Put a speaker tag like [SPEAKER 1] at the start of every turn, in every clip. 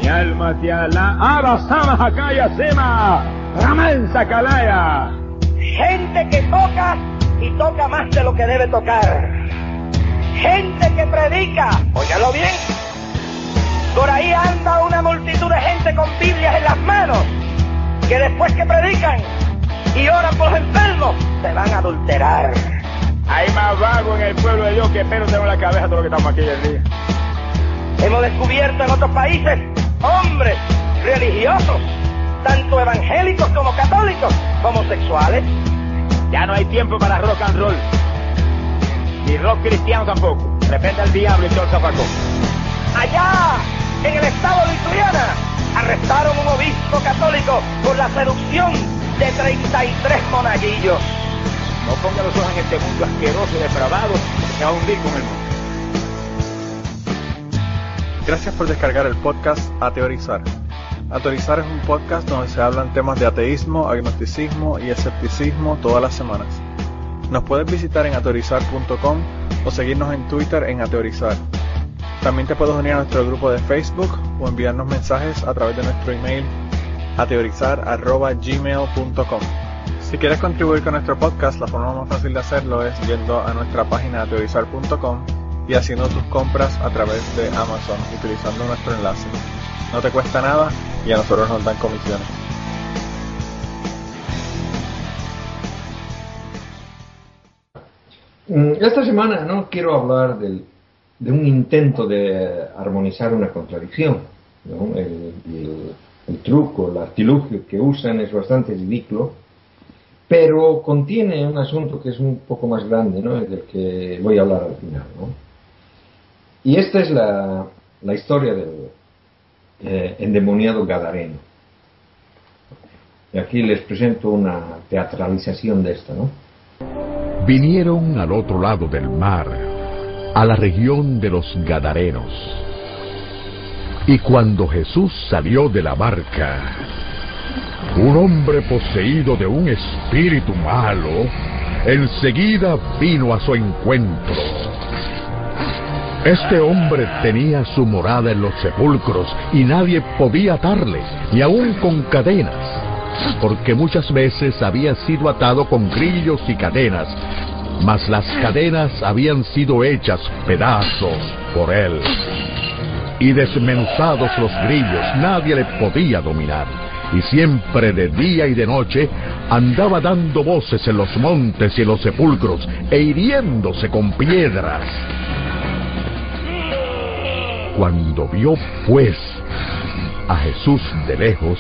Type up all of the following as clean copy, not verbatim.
[SPEAKER 1] alma te alaba, Sama Hakaya Sema, Raman Sakalaya.
[SPEAKER 2] Gente que toca y toca más de lo que debe tocar. Gente que predica, óigalo bien. Por ahí anda una multitud de gente con Biblias en las manos, que después que predican y oran por los enfermos, se van a adulterar.
[SPEAKER 1] Hay más vagos en el pueblo de Dios que pero tenemos la cabeza todo lo que estamos aquí el día.
[SPEAKER 2] Hemos descubierto en otros países hombres religiosos, tanto evangélicos como católicos, homosexuales.
[SPEAKER 1] Ya no hay tiempo para rock and roll, ni rock cristiano tampoco. Repente al diablo y todo el zafacón.
[SPEAKER 2] Allá, en el estado de Lituania, arrestaron un obispo católico por la seducción de 33 monaguillos.
[SPEAKER 1] No ponga los ojos en este mundo asqueroso y depravado, se va a hundir con el mundo.
[SPEAKER 3] Gracias por descargar el podcast A Teorizar. A Teorizar es un podcast donde se hablan temas de ateísmo, agnosticismo y escepticismo todas las semanas. Nos puedes visitar en ateorizar.com o seguirnos en Twitter en Ateorizar. También te puedes unir a nuestro grupo de Facebook o enviarnos mensajes a través de nuestro email ateorizar@gmail.com. Si quieres contribuir con nuestro podcast, la forma más fácil de hacerlo es yendo a nuestra página ateorizar.com y haciendo tus compras a través de Amazon utilizando nuestro enlace. No te cuesta nada y a nosotros nos dan comisiones.
[SPEAKER 4] Esta semana no quiero hablar de un intento de armonizar una contradicción, ¿no? El truco, el artilugio que usan es bastante ridículo, pero contiene un asunto que es un poco más grande, ¿no? Del que voy a hablar al final, ¿no? Y esta es la historia del endemoniado gadareno. Y aquí les presento una teatralización de esta, ¿no?
[SPEAKER 5] Vinieron al otro lado del mar, a la región de los Gadarenos. Y cuando Jesús salió de la barca, un hombre poseído de un espíritu malo, enseguida vino a su encuentro. Este hombre tenía su morada en los sepulcros y nadie podía atarle, ni aun con cadenas, porque muchas veces había sido atado con grillos y cadenas, mas las cadenas habían sido hechas pedazos por él. Y desmenuzados los grillos, nadie le podía dominar. Y siempre de día y de noche andaba dando voces en los montes y en los sepulcros, e hiriéndose con piedras. Cuando vio, pues, a Jesús de lejos,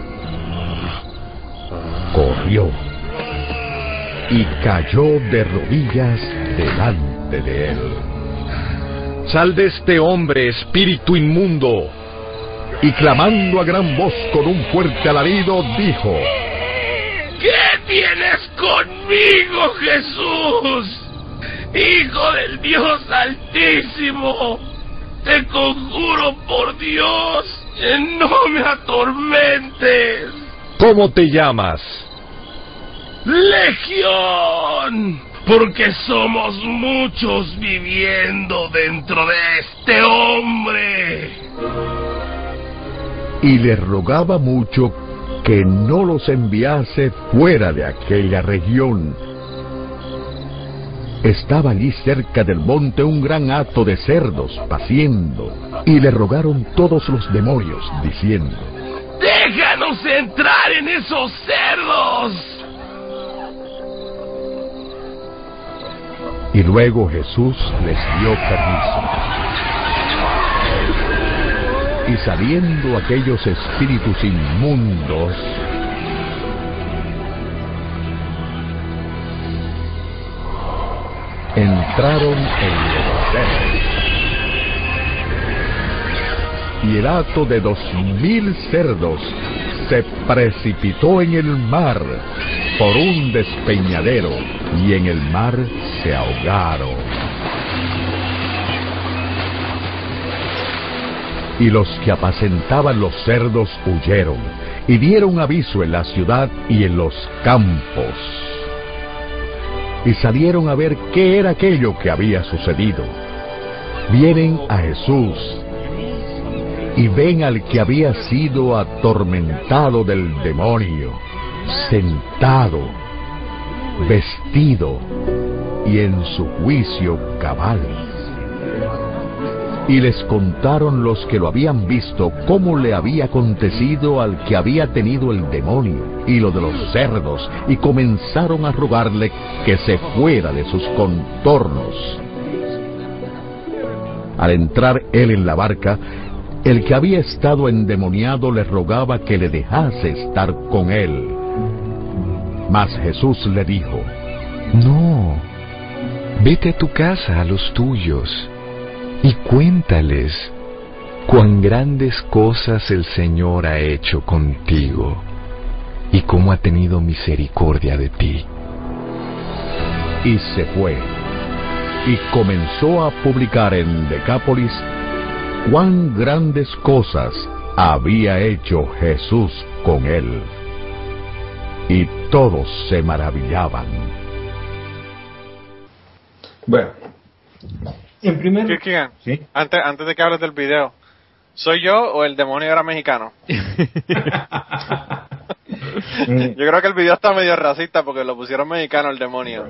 [SPEAKER 5] corrió y cayó de rodillas delante de él.
[SPEAKER 6] ¡Sal de este hombre, espíritu inmundo!
[SPEAKER 5] Y clamando a gran voz con un fuerte alarido, dijo:
[SPEAKER 7] ¿Qué tienes conmigo, Jesús, Hijo del Dios Altísimo? Te conjuro por Dios, no me atormentes.
[SPEAKER 6] ¿Cómo te llamas?
[SPEAKER 7] Legión, porque somos muchos viviendo dentro de este hombre.
[SPEAKER 5] Y le rogaba mucho que no los enviase fuera de aquella región. Estaba allí cerca del monte un gran hato de cerdos paciendo, y le rogaron todos los demonios, diciendo:
[SPEAKER 7] ¡Déjanos entrar en esos cerdos!
[SPEAKER 5] Y luego Jesús les dio permiso. Y saliendo aquellos espíritus inmundos, entraron en los cerdos. Y el hato de 2000 cerdos se precipitó en el mar por un despeñadero, y en el mar se ahogaron. Y los que apacentaban los cerdos huyeron, y dieron aviso en la ciudad y en los campos. Y salieron a ver qué era aquello que había sucedido. Vienen a Jesús, y ven al que había sido atormentado del demonio, sentado, vestido y en su juicio cabal. Y les contaron los que lo habían visto cómo le había acontecido al que había tenido el demonio y lo de los cerdos, y comenzaron a rogarle que se fuera de sus contornos. Al entrar él en la barca, el que había estado endemoniado le rogaba que le dejase estar con él. Mas Jesús le dijo:
[SPEAKER 8] No, vete a tu casa, a los tuyos, y cuéntales cuán grandes cosas el Señor ha hecho contigo, y cómo ha tenido misericordia de ti.
[SPEAKER 5] Y se fue, y comenzó a publicar en Decápolis cuán grandes cosas había hecho Jesús con él. Y todos se maravillaban.
[SPEAKER 4] Bueno, en primer
[SPEAKER 3] Kirkigan,
[SPEAKER 4] ¿sí?
[SPEAKER 3] antes de que hables del video, ¿soy yo o el demonio era mexicano? Yo creo que el video está medio racista porque lo pusieron mexicano el demonio.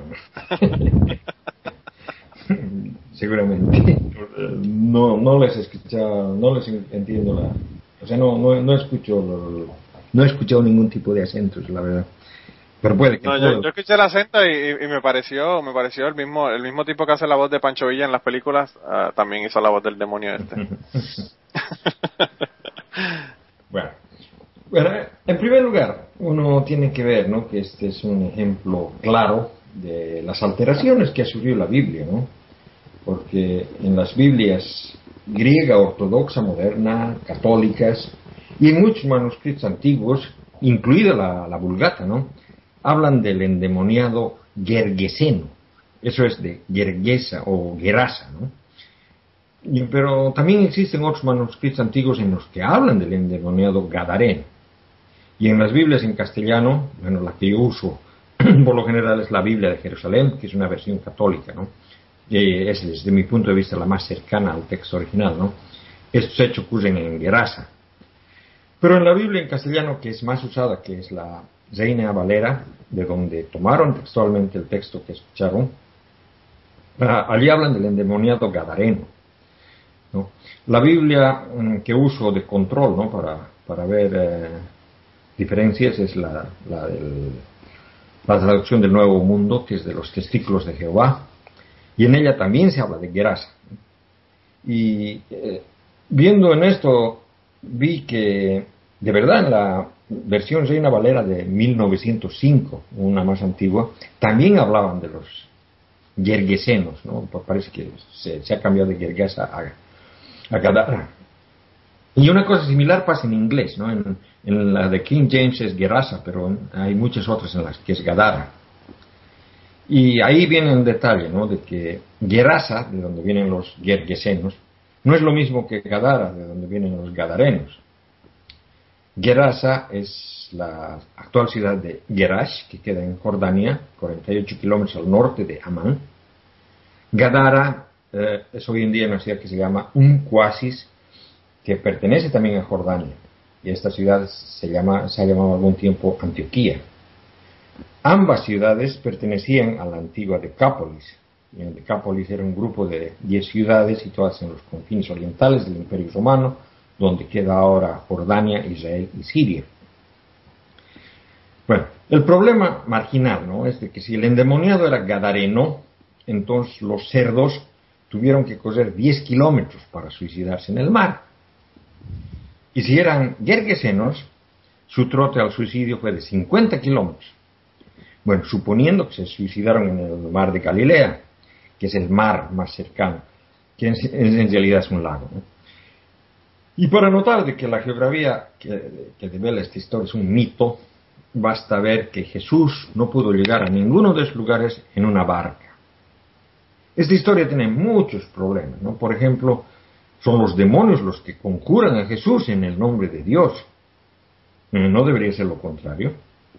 [SPEAKER 4] Seguramente. No les he escuchado, no les entiendo la, o sea, no he escuchado ningún tipo de acentos, la verdad. Pero puede que
[SPEAKER 3] no, yo escuché el acento y me pareció el mismo tipo que hace la voz de Pancho Villa en las películas, también hizo la voz del demonio este.
[SPEAKER 4] Bueno, en primer lugar, uno tiene que ver, ¿no?, que este es un ejemplo claro de las alteraciones que ha sufrido la Biblia, ¿no? Porque en las Biblias griega, ortodoxa, moderna, católicas y en muchos manuscritos antiguos, incluida la Vulgata, ¿no?, hablan del endemoniado Gergeseno. Eso es de Gergesa o Gerasa, ¿no? Pero también existen otros manuscritos antiguos en los que hablan del endemoniado Gadareno. Y en las Biblias en castellano, bueno, la que yo uso por lo general es la Biblia de Jerusalén, que es una versión católica, ¿no? Y es, desde mi punto de vista, la más cercana al texto original, ¿no? Estos hechos ocurren en Gerasa. Pero en la Biblia en castellano, que es más usada, que es la Reina Valera, de donde tomaron textualmente el texto que escucharon, allí hablan del endemoniado Gadareno, ¿no? La Biblia que uso de control, ¿no?, para ver diferencias es la traducción del Nuevo Mundo, que es de los Testículos de Jehová, y en ella también se habla de Gerasa. Y viendo en esto, vi que de verdad en la versión Reina Valera de 1905, una más antigua, también hablaban de los gergesenos, ¿no? Pues parece que se ha cambiado de Gergesa a Gadara. Y una cosa similar pasa en inglés, ¿no? En la de King James es Gerasa, pero hay muchas otras en las que es Gadara. Y ahí viene un detalle, ¿no?, de que Gerasa, de donde vienen los gergesenos, no es lo mismo que Gadara, de donde vienen los gadarenos. Gerasa es la actual ciudad de Gerash, que queda en Jordania, 48 kilómetros al norte de Amán. Gadara es hoy en día una ciudad que se llama Quasis, que pertenece también a Jordania. Y esta ciudad se ha llamado algún tiempo Antioquía. Ambas ciudades pertenecían a la antigua Decápolis. Y en Decápolis era un grupo de 10 ciudades situadas en los confines orientales del Imperio Romano, donde queda ahora Jordania, Israel y Siria. Bueno, el problema marginal, ¿no?, es de que si el endemoniado era gadareno, entonces los cerdos tuvieron que correr 10 kilómetros para suicidarse en el mar. Y si eran gergesenos, su trote al suicidio fue de 50 kilómetros. Bueno, suponiendo que se suicidaron en el mar de Galilea, que es el mar más cercano, que en realidad es un lago, ¿no? Y para notar de que la geografía que devela esta historia es un mito, basta ver que Jesús no pudo llegar a ninguno de esos lugares en una barca. Esta historia tiene muchos problemas, ¿no? Por ejemplo, son los demonios los que conjuran a Jesús en el nombre de Dios. No debería ser lo contrario.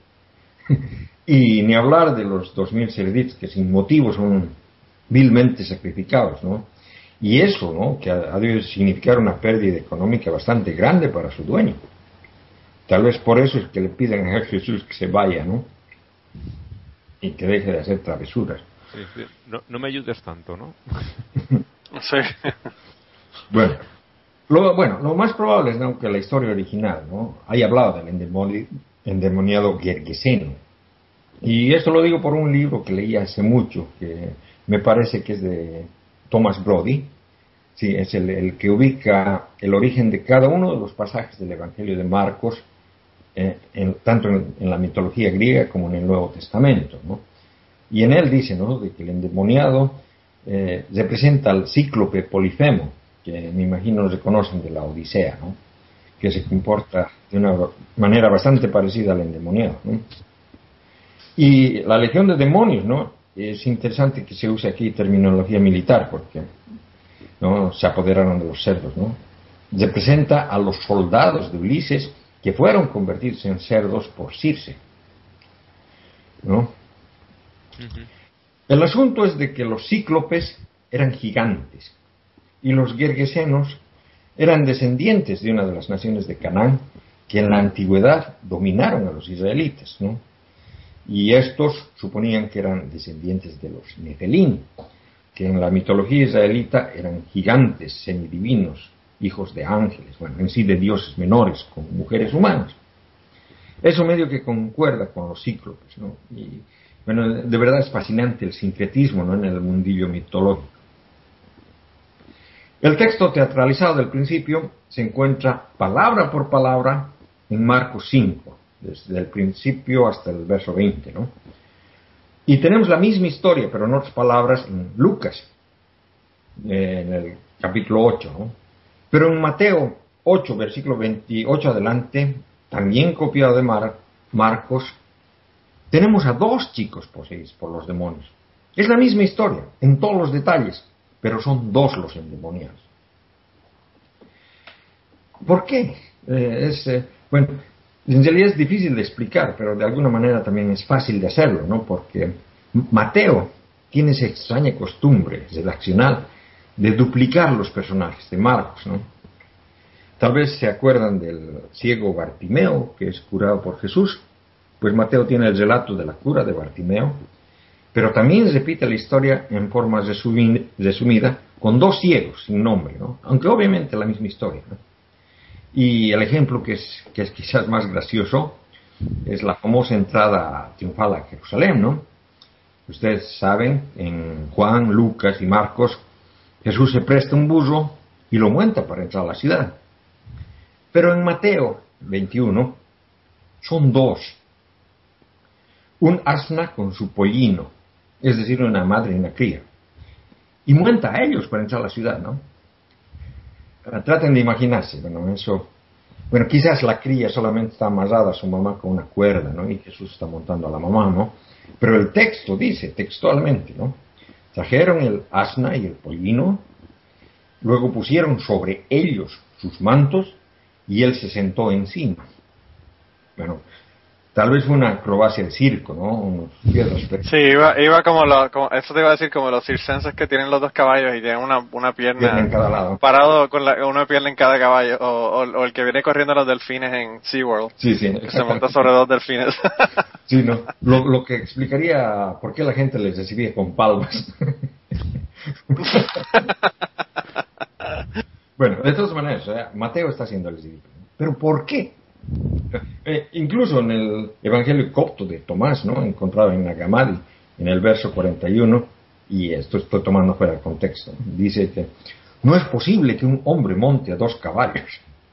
[SPEAKER 4] Y ni hablar de los 2000 cerditos que sin motivo son vilmente sacrificados, ¿no? Y eso, ¿no?, que ha de significar una pérdida económica bastante grande para su dueño. Tal vez por eso es que le piden a Jesús que se vaya, ¿no?, y que deje de hacer travesuras.
[SPEAKER 9] Sí. No me ayudes tanto, ¿no?
[SPEAKER 10] Sí.
[SPEAKER 4] Bueno, lo más probable es, ¿no?, que la historia original, ¿no?, haya hablado del endemoniado Gergeseno. Y esto lo digo por un libro que leí hace mucho, que me parece que es de Thomas Brody. Sí, es el que ubica el origen de cada uno de los pasajes del Evangelio de Marcos, tanto en la mitología griega como en el Nuevo Testamento, ¿no? Y en él dice, ¿no?, de que el endemoniado representa al cíclope Polifemo, que me imagino reconocen de la Odisea, ¿no?, que se comporta de una manera bastante parecida al endemoniado, ¿no? Y la legión de demonios, ¿no?, es interesante que se use aquí terminología militar, porque, ¿no?, se apoderaron de los cerdos, ¿no? Representa a los soldados de Ulises que fueron convertidos en cerdos por Circe, ¿no? Uh-huh. El asunto es de que los cíclopes eran gigantes y los gergesenos eran descendientes de una de las naciones de Canaán que en la antigüedad dominaron a los israelitas, ¿no? Y estos suponían que eran descendientes de los nefelim, que en la mitología israelita eran gigantes semidivinos, hijos de ángeles, bueno, en sí de dioses menores, con mujeres humanas. Eso medio que concuerda con los cíclopes, ¿no? Y bueno, de verdad es fascinante el sincretismo, ¿no?, en el mundillo mitológico. El texto teatralizado del principio se encuentra palabra por palabra en Marcos 5, desde el principio hasta el verso 20, ¿no? Y tenemos la misma historia, pero en otras palabras, en Lucas, en el capítulo 8, ¿no? Pero en Mateo 8, versículo 28 adelante, también copiado de Marcos, tenemos a 2 chicos poseídos por los demonios. Es la misma historia, en todos los detalles, pero son 2 los endemoniados. ¿Por qué? Bueno, en realidad es difícil de explicar, pero de alguna manera también es fácil de hacerlo, ¿no? Porque Mateo tiene esa extraña costumbre redaccional de duplicar los personajes de Marcos, ¿no? Tal vez se acuerdan del ciego Bartimeo, que es curado por Jesús. Pues Mateo tiene el relato de la cura de Bartimeo, pero también repite la historia en forma resumida con 2 ciegos sin nombre, ¿no?, aunque obviamente la misma historia, ¿no? Y el ejemplo que es quizás más gracioso es la famosa entrada triunfal a Jerusalén, ¿no? Ustedes saben, en Juan, Lucas y Marcos, Jesús se presta un burro y lo monta para entrar a la ciudad. Pero en Mateo 21 son 2. Un asna con su pollino, es decir, una madre y una cría. Y monta a ellos para entrar a la ciudad, ¿no? Traten de imaginarse, bueno, quizás la cría solamente está amarrada a su mamá con una cuerda, ¿no? Y Jesús está montando a la mamá, ¿no? Pero el texto dice textualmente, ¿no? Trajeron el asna y el pollino, luego pusieron sobre ellos sus mantos y él se sentó encima. Bueno, tal vez fue una acrobacia de circo, ¿no? Unos piedras.
[SPEAKER 10] Sí, iba como eso te iba a decir, como los circenses que tienen los 2 caballos y tienen una pierna
[SPEAKER 4] en cada lado,
[SPEAKER 10] parado con una pierna en cada caballo, o el que viene corriendo a los delfines en SeaWorld.
[SPEAKER 4] Sí,
[SPEAKER 10] que se monta sobre 2 delfines.
[SPEAKER 4] Sí, no. Lo que explicaría por qué la gente les recibía con palmas. Bueno, de todas maneras, Mateo está haciendo el ridículo. ¿Pero por qué? Incluso en el Evangelio copto de Tomás, ¿no?, encontrado en Nag Hammadi, en el verso 41, y esto estoy tomando fuera de contexto, dice que no es posible que un hombre monte a 2 caballos.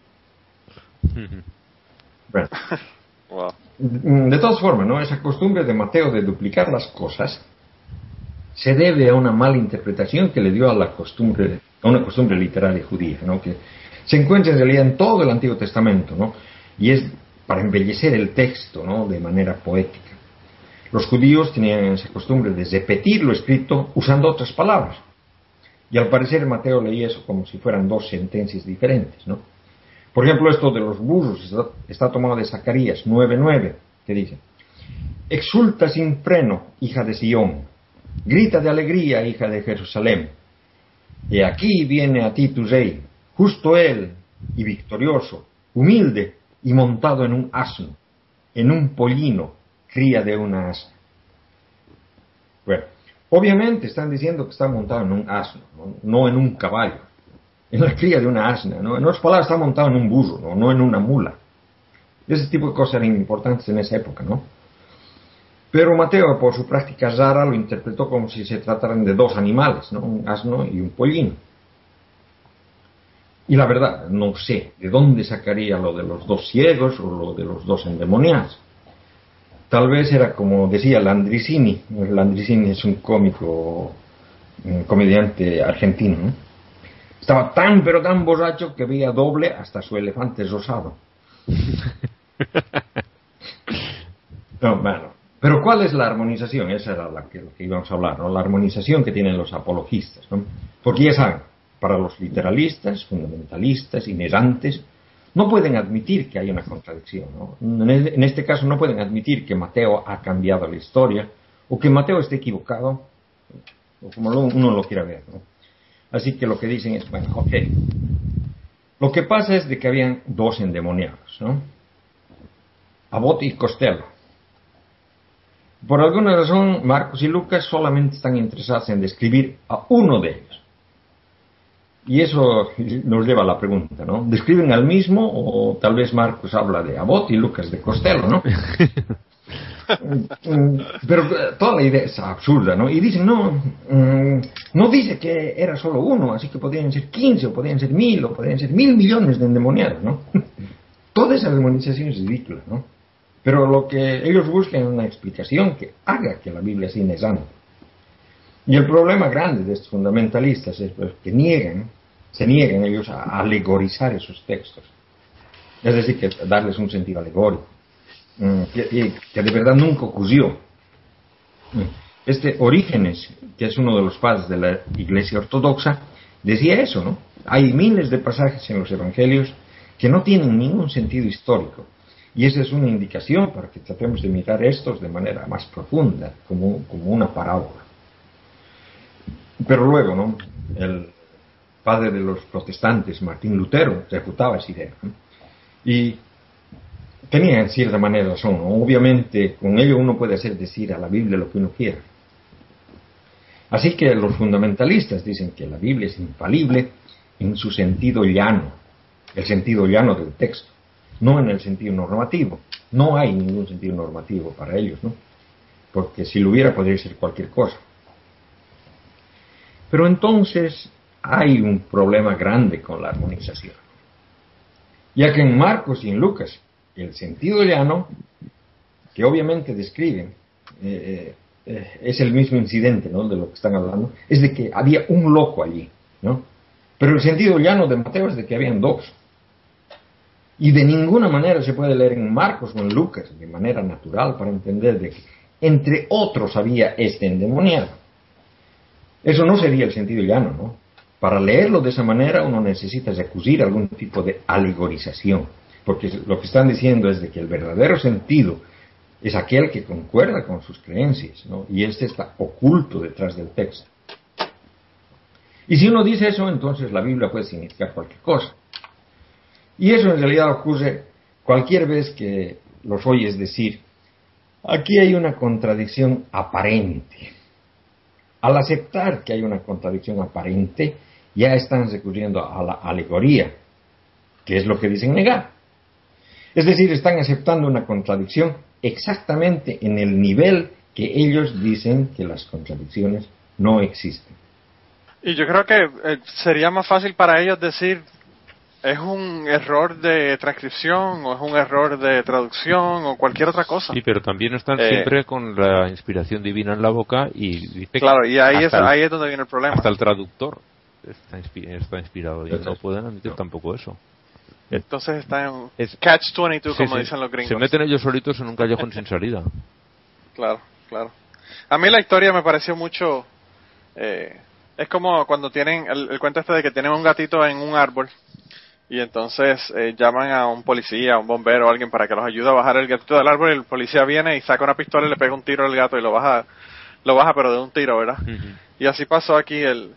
[SPEAKER 4] Bueno,
[SPEAKER 10] wow.
[SPEAKER 4] De todas formas, ¿no?, esa costumbre de Mateo de duplicar las cosas se debe a una mala interpretación que le dio a una costumbre literaria judía, ¿no?, que se encuentra en realidad en todo el Antiguo Testamento, ¿no?, y es para embellecer el texto, ¿no?, de manera poética. Los judíos tenían esa costumbre de repetir lo escrito usando otras palabras, y al parecer Mateo leía eso como si fueran 2 sentencias diferentes, ¿no? Por ejemplo, esto de los burros está tomado de Zacarías 9:9, que dice: exulta sin freno, hija de Sión, grita de alegría, hija de Jerusalén, Y aquí viene a ti tu rey, justo él y victorioso, humilde y montado en un asno, en un pollino, cría de una asna. Bueno, obviamente están diciendo que está montado en un asno, no en un caballo, en la cría de una asna, ¿no? En otras palabras, está montado en un burro, no en una mula. Ese tipo de cosas eran importantes en esa época, ¿no? Pero Mateo, por su práctica rara, lo interpretó como si se trataran de dos animales, ¿no? Un asno y un pollino. Y la verdad, no sé de dónde sacaría lo de los dos ciegos o lo de los dos endemoniados. Tal vez era como decía Landricini. Landricini es un cómico, un comediante argentino, ¿no? Estaba tan pero tan borracho que veía doble hasta su elefante rosado. No, bueno. Pero ¿cuál es la armonización? Esa era lo que íbamos a hablar, ¿no? La armonización que tienen los apologistas, ¿no? Porque ya saben, para los literalistas, fundamentalistas, inerantes, no pueden admitir que hay una contradicción, ¿no? En este caso no pueden admitir que Mateo ha cambiado la historia o que Mateo esté equivocado, o como uno lo quiera ver, ¿no? Así que lo que dicen es, bueno, ok. Lo que pasa es de que habían dos endemoniados, ¿no? Abbot y Costello. Por alguna razón, Marcos y Lucas solamente están interesados en describir a uno de ellos. Y eso nos lleva a la pregunta, ¿no? ¿Describen al mismo o tal vez Marcos habla de Abbot y Lucas de Costello, ¿no? Pero toda la idea es absurda, ¿no? Y dicen, no dice que era solo uno, así que podrían ser 15 o podrían ser 1000 o podrían ser 1000 millones de endemoniados, ¿no? Toda esa demonización es ridícula, ¿no? Pero lo que ellos buscan es una explicación que haga que la Biblia sea inesante. Y el problema grande de estos fundamentalistas es pues, que se niegan ellos a alegorizar esos textos. Es decir, que darles un sentido alegórico. Que de verdad nunca ocurrió. Orígenes, que es uno de los padres de la Iglesia Ortodoxa, decía eso, ¿no? Hay miles de pasajes en los Evangelios que no tienen ningún sentido histórico. Y esa es una indicación para que tratemos de mirar estos de manera más profunda, como una parábola. Pero luego, ¿no? El padre de los protestantes, Martín Lutero, refutaba esa idea, ¿no? Y tenía en cierta manera razón, ¿no? Obviamente, con ello uno puede hacer decir a la Biblia lo que uno quiera. Así que los fundamentalistas dicen que la Biblia es infalible en su sentido llano, el sentido llano del texto. No en el sentido normativo. No hay ningún sentido normativo para ellos, ¿no? Porque si lo hubiera podría ser cualquier cosa. Pero entonces hay un problema grande con la armonización. Ya que en Marcos y en Lucas, el sentido llano, que obviamente describen, es el mismo incidente, ¿no? De lo que están hablando, es de que había un loco allí, ¿no? Pero el sentido llano de Mateo es de que habían dos. Y de ninguna manera se puede leer en Marcos o en Lucas de manera natural para entender de que entre otros había este endemoniado. Eso no sería el sentido llano, ¿no? Para leerlo de esa manera uno necesita recurrir a algún tipo de alegorización, porque lo que están diciendo es de que el verdadero sentido es aquel que concuerda con sus creencias, ¿no? Y este está oculto detrás del texto. Y si uno dice eso, entonces la Biblia puede significar cualquier cosa. Y eso en realidad ocurre cualquier vez que los oyes decir, aquí hay una contradicción aparente. Al aceptar que hay una contradicción aparente, ya están recurriendo a la alegoría, que es lo que dicen negar. Es decir, están aceptando una contradicción exactamente en el nivel que ellos dicen que las contradicciones no existen.
[SPEAKER 10] Y yo creo que sería más fácil para ellos decir, ¿es un error de transcripción o es un error de traducción o cualquier otra cosa?
[SPEAKER 9] Sí, pero también están siempre con la inspiración divina en la boca y dice
[SPEAKER 10] claro, y ahí es donde viene el problema.
[SPEAKER 9] Hasta el traductor está inspirado y no pueden admitir tampoco eso.
[SPEAKER 10] Entonces está en catch-22, como dicen los gringos.
[SPEAKER 9] Se meten ellos solitos en un callejón sin salida.
[SPEAKER 10] Claro. A mí la historia me pareció mucho... es como cuando tienen el cuento este de que tienen un gatito en un árbol y entonces llaman a un policía, a un bombero o alguien para que los ayude a bajar el gatito del árbol y el policía viene y saca una pistola y le pega un tiro al gato y lo baja pero de un tiro, ¿verdad? Uh-huh. Y así pasó aquí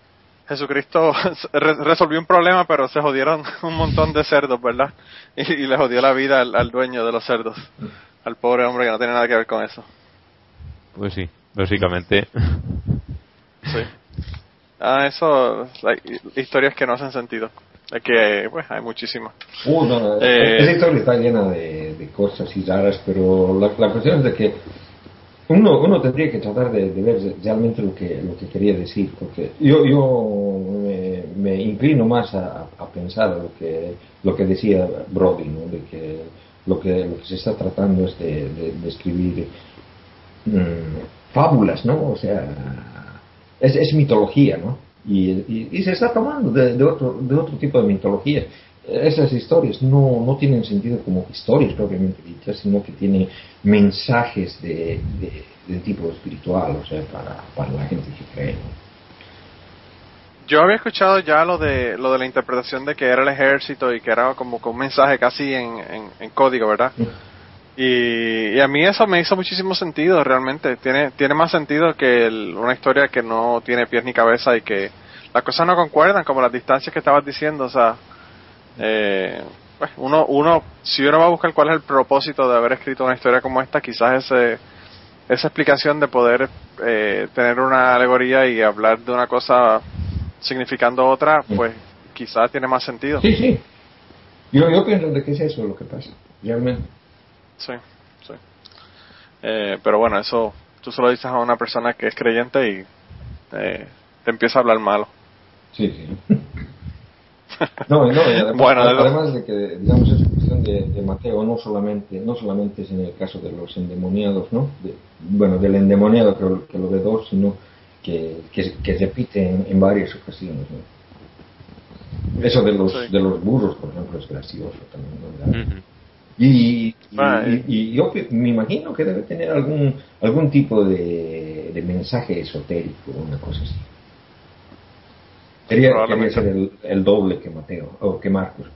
[SPEAKER 10] Jesucristo resolvió un problema, pero se jodieron un montón de cerdos, ¿verdad? Y le jodió la vida al dueño de los cerdos, al pobre hombre que no tiene nada que ver con eso.
[SPEAKER 9] Pues sí, básicamente.
[SPEAKER 10] Sí. Eso, historias que no hacen sentido. Es que, pues, hay muchísimas.
[SPEAKER 4] No, esa historia está llena de cosas así raras, pero la cuestión es de que uno tendría que tratar de ver realmente lo que quería decir, porque yo me inclino más a pensar lo que decía Brody, ¿no? De que lo que se está tratando es de escribir fábulas, ¿no? O sea, es mitología, ¿no? Y se está tomando de otro tipo de mitología. Esas historias no tienen sentido como historias propiamente dichas, sino que tienen mensajes de tipo espiritual, o sea, para la gente que cree, ¿no?
[SPEAKER 10] Yo había escuchado ya lo de la interpretación de que era el ejército y que era como con un mensaje casi en código, ¿verdad? Y a mí eso me hizo muchísimo sentido, realmente. Tiene más sentido que una historia que no tiene pies ni cabeza y que las cosas no concuerdan, como las distancias que estabas diciendo. O sea, pues si uno va a buscar cuál es el propósito de haber escrito una historia como esta, quizás esa explicación de poder tener una alegoría y hablar de una cosa significando otra, pues quizás tiene más sentido.
[SPEAKER 4] Sí. Yo pienso de que es eso lo que pasa, realmente.
[SPEAKER 10] Sí. Pero bueno, eso tú se lo dices a una persona que es creyente y te empieza a hablar malo.
[SPEAKER 4] Sí. No, y además,
[SPEAKER 10] bueno,
[SPEAKER 4] además de que, digamos, esa cuestión de Mateo no solamente es en el caso de los endemoniados, ¿no? Del endemoniado que lo ve dos, sino que repite en varias ocasiones, ¿no? Eso de los burros, por ejemplo, es gracioso también, ¿no? Y yo me imagino que debe tener algún tipo de mensaje esotérico, una cosa así. Quería ser el doble que Mateo o que Marcos.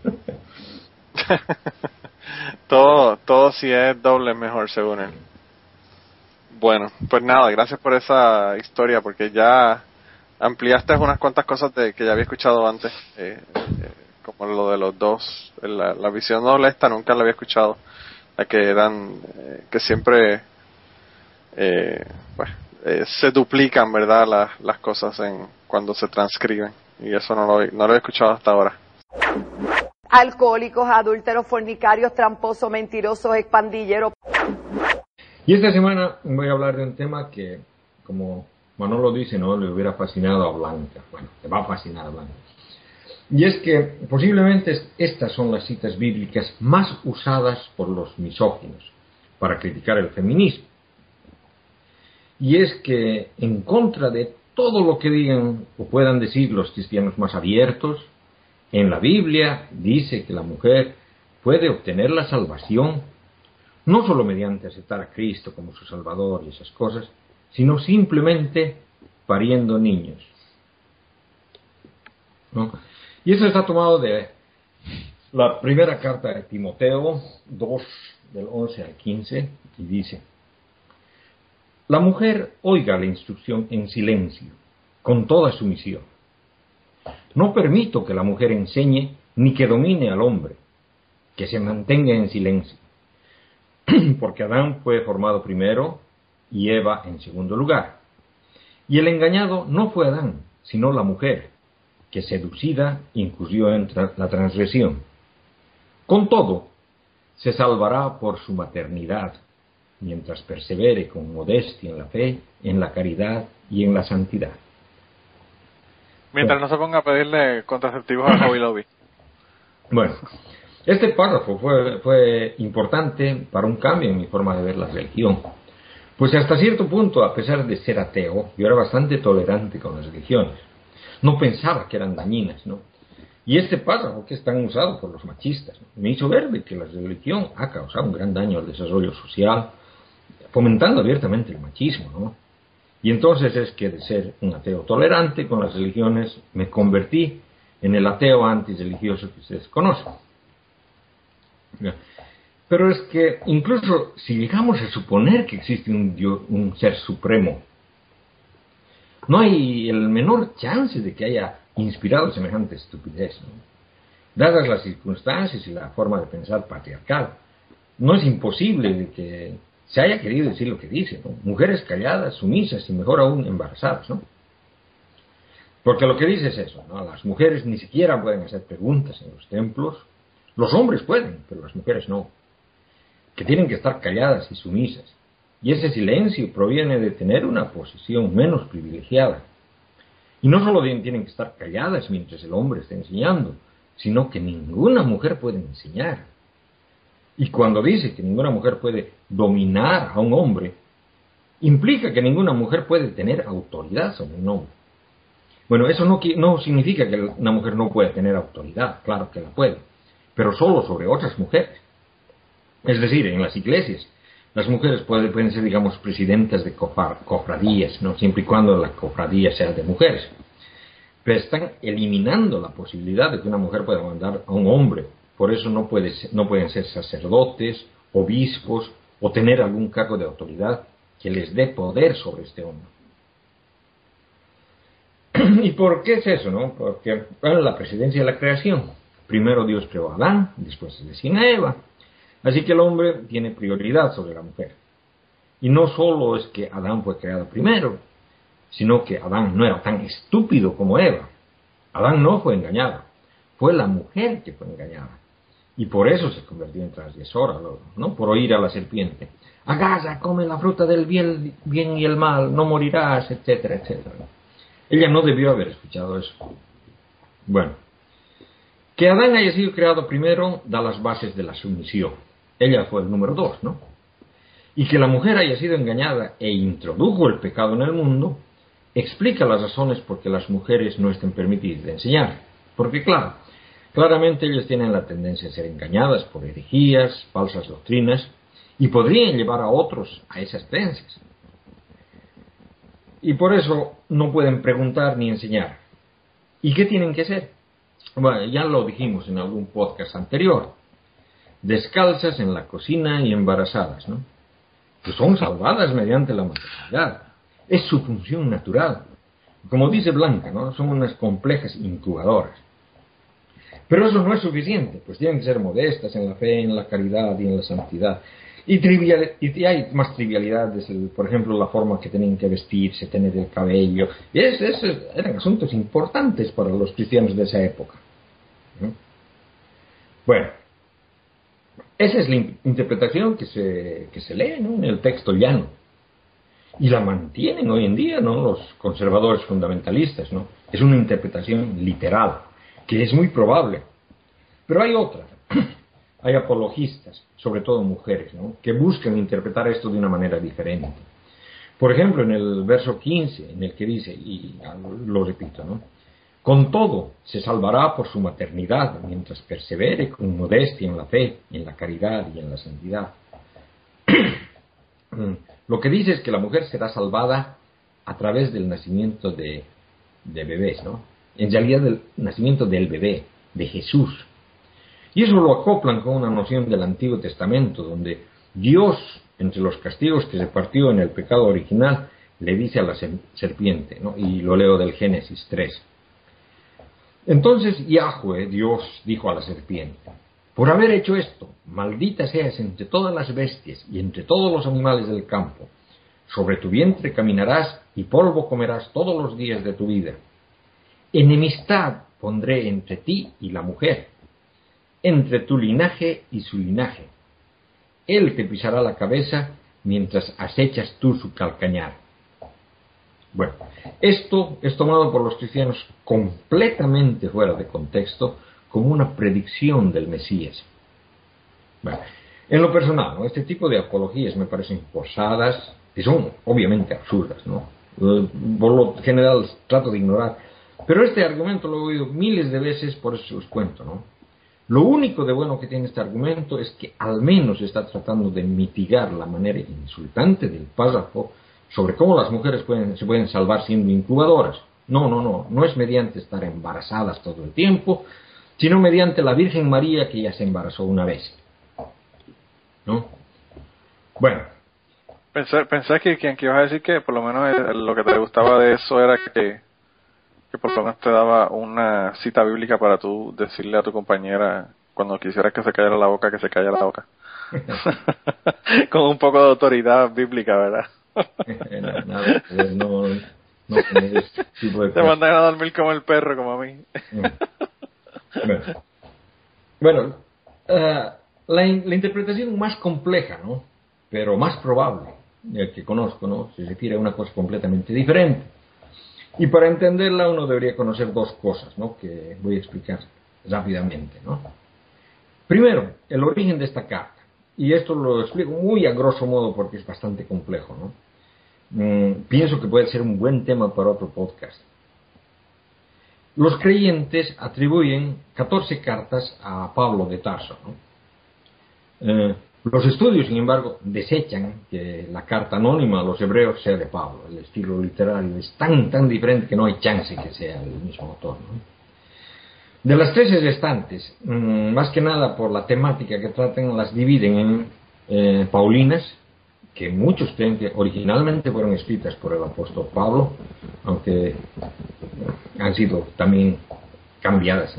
[SPEAKER 10] todo si es doble mejor, según él. Bueno, pues nada, gracias por esa historia, porque ya ampliaste unas cuantas cosas que ya había escuchado antes, como lo de los dos, la visión doble esta nunca la había escuchado, la que eran, que siempre se duplican, ¿verdad? Las cosas cuando se transcriben, y eso no lo he escuchado hasta ahora.
[SPEAKER 11] Alcohólicos, adúlteros, fornicarios, tramposos, mentirosos, expandilleros.
[SPEAKER 4] Y esta semana voy a hablar de un tema que, como Manolo dice, no le hubiera fascinado a Blanca. Bueno, le va a fascinar a Blanca. Y es que posiblemente estas son las citas bíblicas más usadas por los misóginos para criticar el feminismo. Y es que, en contra de todo lo que digan o puedan decir los cristianos más abiertos, en la Biblia dice que la mujer puede obtener la salvación no solo mediante aceptar a Cristo como su Salvador y esas cosas, sino simplemente pariendo niños, ¿no? Y eso está tomado de la primera carta de Timoteo 2, del 11 al 15, y dice: la mujer oiga la instrucción en silencio, con toda sumisión. No permito que la mujer enseñe ni que domine al hombre, que se mantenga en silencio, porque Adán fue formado primero y Eva en segundo lugar. Y el engañado no fue Adán, sino la mujer, que seducida incurrió en la transgresión. Con todo, se salvará por su maternidad, mientras persevere con modestia en la fe, en la caridad y en la santidad.
[SPEAKER 10] Mientras no se ponga a pedirle contraceptivos a Hobby Lobby.
[SPEAKER 4] Bueno, este párrafo fue importante para un cambio en mi forma de ver la religión. Pues hasta cierto punto, a pesar de ser ateo, yo era bastante tolerante con las religiones. No pensaba que eran dañinas, ¿no? Y este párrafo, que es tan usado por los machistas, ¿no?, me hizo ver de que la religión ha causado un gran daño al desarrollo social, fomentando abiertamente el machismo, ¿no? Y entonces es que de ser un ateo tolerante con las religiones, me convertí en el ateo antirreligioso que ustedes conocen. Pero es que incluso si llegamos a suponer que existe un Dios, un ser supremo, No hay el menor chance de que haya inspirado semejante estupidez, ¿no? Dadas las circunstancias y la forma de pensar patriarcal, no es imposible de que se haya querido decir lo que dice, ¿no? Mujeres calladas, sumisas y mejor aún embarazadas, ¿no? Porque lo que dice es eso, ¿no? Las mujeres ni siquiera pueden hacer preguntas en los templos. Los hombres pueden, pero las mujeres no. Que tienen que estar calladas y sumisas. Y ese silencio proviene de tener una posición menos privilegiada. Y no solo tienen que estar calladas mientras el hombre está enseñando, sino que ninguna mujer puede enseñar. Y cuando dice que ninguna mujer puede dominar a un hombre, implica que ninguna mujer puede tener autoridad sobre un hombre. Bueno, eso no significa que una mujer no pueda tener autoridad, claro que la puede, pero solo sobre otras mujeres. Es decir, en las iglesias, las mujeres pueden ser, digamos, presidentas de cofradías, ¿no? Siempre y cuando la cofradía sea de mujeres. Pero están eliminando la posibilidad de que una mujer pueda mandar a un hombre. Por eso no pueden ser sacerdotes, obispos o tener algún cargo de autoridad que les dé poder sobre este hombre. ¿Y por qué es eso, no? Porque, bueno, la presidencia de la creación. Primero Dios creó a Adán, después se designa a Eva. Así que el hombre tiene prioridad sobre la mujer. Y no solo es que Adán fue creado primero, sino que Adán no era tan estúpido como Eva. Adán no fue engañado, fue la mujer que fue engañada. Y por eso se convirtió en transgresora, ¿no? Por oír a la serpiente: agarra, come la fruta del bien y el mal, no morirás, etcétera, etcétera. Ella no debió haber escuchado eso. Bueno, que Adán haya sido creado primero da las bases de la sumisión. Ella fue el número 2, ¿no? Y que la mujer haya sido engañada e introdujo el pecado en el mundo explica las razones por que las mujeres no estén permitidas de enseñar. Porque claramente ellas tienen la tendencia a ser engañadas por herejías, falsas doctrinas, y podrían llevar a otros a esas creencias. Y por eso no pueden preguntar ni enseñar. ¿Y qué tienen que hacer? Bueno, ya lo dijimos en algún podcast anterior. Descalzas en la cocina y embarazadas, ¿no? Que son salvadas mediante la maternidad. Es su función natural. Como dice Blanca, ¿no? Son unas complejas incubadoras. Pero eso no es suficiente, pues tienen que ser modestas en la fe, en la caridad y en la santidad. Y hay más trivialidades, por ejemplo, la forma que tienen que vestirse, tener el cabello. Y esos eran asuntos importantes para los cristianos de esa época, ¿no? Bueno, esa es la interpretación que se lee, ¿no? En el texto llano. Y la mantienen hoy en día, ¿no? Los conservadores fundamentalistas, ¿no? Es una interpretación literal, que es muy probable. Pero hay otra. Hay apologistas, sobre todo mujeres, ¿no? Que buscan interpretar esto de una manera diferente. Por ejemplo, en el verso 15, en el que dice, y lo repito, ¿no? Con todo, se salvará por su maternidad, mientras persevere con modestia en la fe, en la caridad y en la santidad. Lo que dice es que la mujer será salvada a través del nacimiento de bebés, ¿no? En realidad, del nacimiento del bebé, de Jesús. Y eso lo acoplan con una noción del Antiguo Testamento, donde Dios, entre los castigos que se partió en el pecado original, le dice a la serpiente, ¿no? Y lo leo del Génesis 3. Entonces Yahweh, Dios, dijo a la serpiente: por haber hecho esto, maldita seas entre todas las bestias y entre todos los animales del campo. Sobre tu vientre caminarás y polvo comerás todos los días de tu vida. Enemistad pondré entre ti y la mujer, entre tu linaje y su linaje. Él te pisará la cabeza mientras acechas tú su calcañar. Bueno, esto es tomado por los cristianos completamente fuera de contexto como una predicción del Mesías. Bueno, en lo personal, ¿no? Este tipo de apologías me parecen forzadas y son obviamente absurdas, ¿no? Por lo general trato de ignorar, pero este argumento lo he oído miles de veces, por eso os cuento, ¿no? Lo único de bueno que tiene este argumento es que al menos está tratando de mitigar la manera insultante del párrafo sobre cómo las mujeres se pueden salvar siendo incubadoras. No es mediante estar embarazadas todo el tiempo, sino mediante la Virgen María, que ya se embarazó una vez, ¿no? Bueno.
[SPEAKER 3] Pensé que ibas a decir que por lo menos lo que te gustaba de eso era que por lo menos te daba una cita bíblica para tú decirle a tu compañera cuando quisieras que se callara la boca, que se callara la boca. Con un poco de autoridad bíblica, ¿verdad?
[SPEAKER 4] No, tipo de
[SPEAKER 3] te mandan a dormir como el perro, como a mí.
[SPEAKER 4] Bueno, la interpretación más compleja, ¿no? Pero más probable, que conozco, ¿no? Se refiere a una cosa completamente diferente. Y para entenderla uno debería conocer dos cosas, ¿no? Que voy a explicar rápidamente, ¿no? Primero, el origen de esta carta. Y esto lo explico muy a grosso modo porque es bastante complejo, ¿no? Pienso que puede ser un buen tema para otro podcast. Los creyentes atribuyen 14 cartas a Pablo de Tarso, ¿no? Los estudios, sin embargo, desechan que la carta anónima a los hebreos sea de Pablo. El estilo literario es tan diferente que no hay chance que sea el mismo autor, ¿no? De las 13 restantes, más que nada por la temática que tratan, las dividen en paulinas, que muchos creen que originalmente fueron escritas por el apóstol Pablo, aunque han sido también cambiadas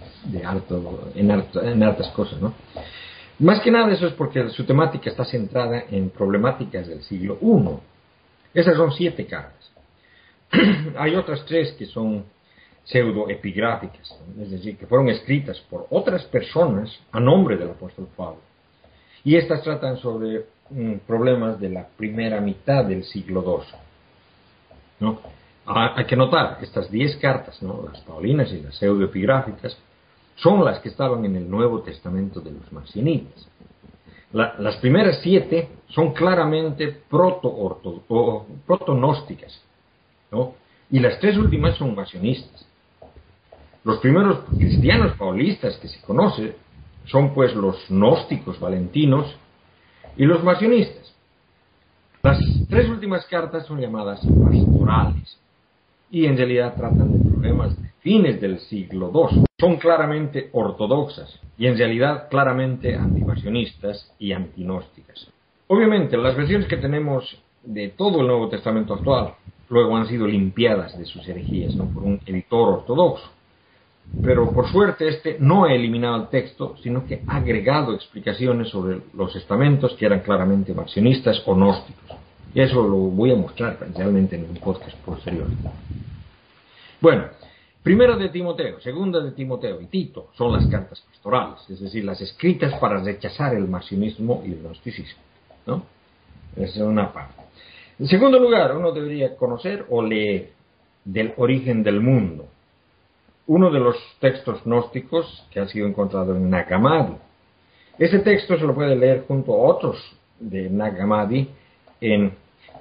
[SPEAKER 4] en hartas cosas, ¿no? Más que nada eso es porque su temática está centrada en problemáticas del siglo I. Esas son 7 cartas. Hay otras 3 que son pseudoepigráficas, ¿no? Es decir, que fueron escritas por otras personas a nombre del apóstol Pablo. Y estas tratan sobre problemas de la primera mitad del siglo II, ¿no? Hay que notar, estas 10 cartas, ¿no? Las paulinas y las pseudoepigráficas, son las que estaban en el Nuevo Testamento de los marcionitas. Las primeras 7 son claramente protonósticas, ¿no? Y las 3 últimas son marcionistas. Los primeros cristianos paulistas que se conocen son pues los gnósticos valentinos y los marcionistas. Las 3 últimas cartas son llamadas pastorales y en realidad tratan de problemas de fines del siglo II. Son claramente ortodoxas y en realidad claramente antimarcionistas y antinósticas. Obviamente las versiones que tenemos de todo el Nuevo Testamento actual luego han sido limpiadas de sus herejías, ¿no? Por un editor ortodoxo. Pero por suerte este no ha eliminado el texto, sino que ha agregado explicaciones sobre los estamentos que eran claramente marcionistas o gnósticos. Y eso lo voy a mostrar realmente en un podcast posterior. Bueno, Primera de Timoteo, Segunda de Timoteo y Tito son las cartas pastorales, es decir, las escritas para rechazar el marcionismo y el gnosticismo, ¿no? Esa es una parte. En segundo lugar, uno debería conocer o leer del origen del mundo. Uno de los textos gnósticos que ha sido encontrado en Nag Hammadi. Ese texto se lo puede leer junto a otros de Nag Hammadi en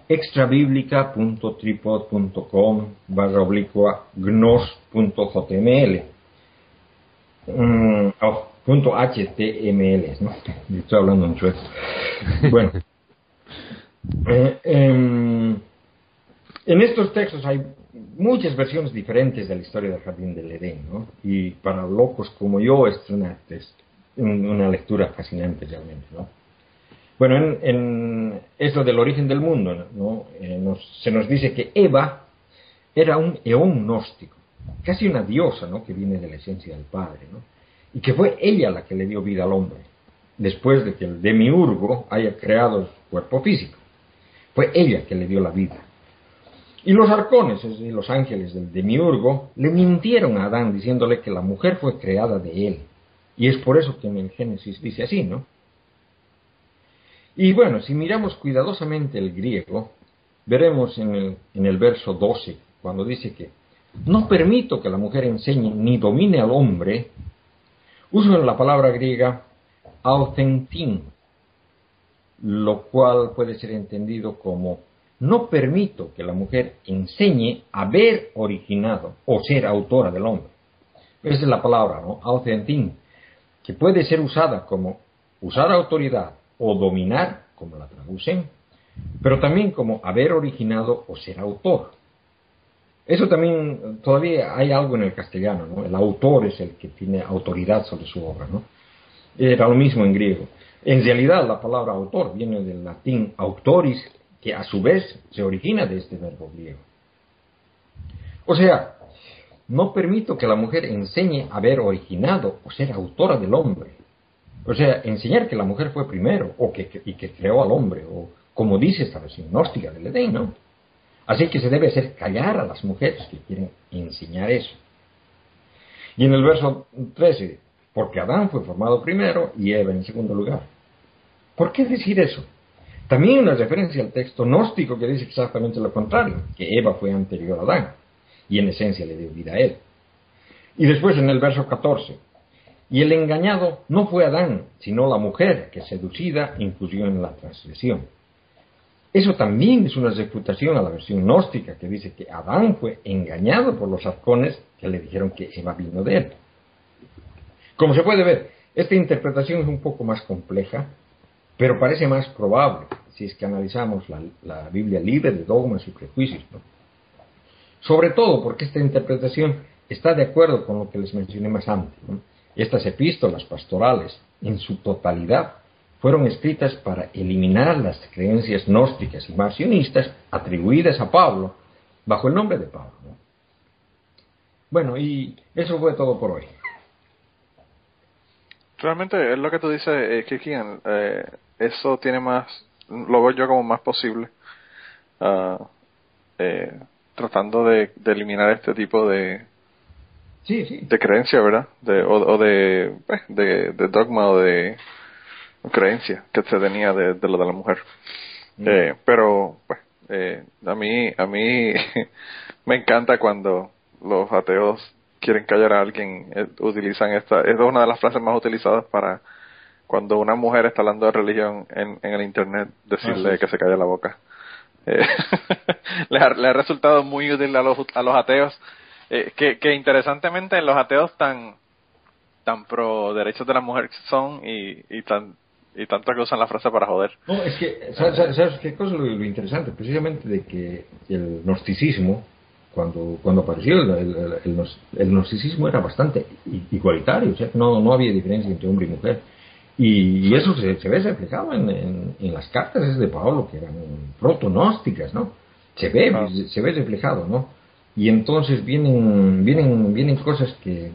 [SPEAKER 4] extrabiblica.tripod.com/gnos.html .html, ¿no? Estoy hablando en sueco. Bueno, en estos textos hay muchas versiones diferentes de la historia del Jardín del Edén, ¿no? Y para locos como yo es una lectura fascinante realmente, ¿no? Bueno, en esto del origen del mundo, ¿no? Se nos dice que Eva era un eón gnóstico, casi una diosa, ¿no? Que viene de la esencia del Padre, ¿no? Y que fue ella la que le dio vida al hombre, después de que el demiurgo haya creado su cuerpo físico. Fue ella que le dio la vida. Y los arcones, es decir, los ángeles del demiurgo, le mintieron a Adán diciéndole que la mujer fue creada de él. Y es por eso que en el Génesis dice así, ¿no? Y bueno, si miramos cuidadosamente el griego, veremos en el verso 12, cuando dice que no permito que la mujer enseñe ni domine al hombre, uso la palabra griega authentin, lo cual puede ser entendido como no permito que la mujer enseñe haber originado o ser autora del hombre. Esa es la palabra, ¿no? Authentin, que puede ser usada como usar autoridad o dominar, como la traducen, pero también como haber originado o ser autor. Eso también, todavía hay algo en el castellano, ¿no? El autor es el que tiene autoridad sobre su obra, ¿no? Era lo mismo en griego. En realidad la palabra autor viene del latín autoris, que a su vez se origina de este verbo griego. O sea, no permito que la mujer enseñe haber originado o ser autora del hombre. O sea, enseñar que la mujer fue primero y que creó al hombre, o como dice esta versión gnóstica del Edén, ¿no? Así que se debe hacer callar a las mujeres que quieren enseñar eso. Y en el verso 13, porque Adán fue formado primero y Eva en segundo lugar. ¿Por qué decir eso? También una referencia al texto gnóstico que dice exactamente lo contrario, que Eva fue anterior a Adán y en esencia le dio vida a él. Y después en el verso 14, y el engañado no fue Adán, sino la mujer que seducida incurrió en la transgresión. Eso también es una refutación a la versión gnóstica que dice que Adán fue engañado por los halcones que le dijeron que Eva vino de él. Como se puede ver, esta interpretación es un poco más compleja, pero parece más probable si es que analizamos la Biblia libre de dogmas y prejuicios, ¿no? Sobre todo porque esta interpretación está de acuerdo con lo que les mencioné más antes, ¿no? Estas epístolas pastorales, en su totalidad, fueron escritas para eliminar las creencias gnósticas y marcionistas atribuidas a Pablo bajo el nombre de Pablo, ¿no? Bueno, y eso fue todo por hoy.
[SPEAKER 10] Realmente es lo que tú dices, Kikian, eso tiene más, lo veo yo como más posible, tratando de eliminar este tipo de de creencia, ¿verdad? De dogma o de creencia que se tenía de lo de la mujer. Pero pues a mí me encanta cuando los ateos quieren callar a alguien, utilizan esta, es una de las frases más utilizadas para cuando una mujer está hablando de religión en el internet, decirle que se calle la boca. Le ha resultado muy útil a los ateos, que interesantemente los ateos tan pro derechos de la mujer son y tanto que usan la frase para joder.
[SPEAKER 4] No, es que, ¿sabes qué cosa es lo interesante? Precisamente de que el gnosticismo, cuando apareció el gnosticismo era bastante igualitario, o sea, no había diferencia entre hombre y mujer. Y eso se ve reflejado en las cartas de Pablo, que eran proto-gnósticas, ¿no? Se ve reflejado, ¿no? Y entonces vienen cosas que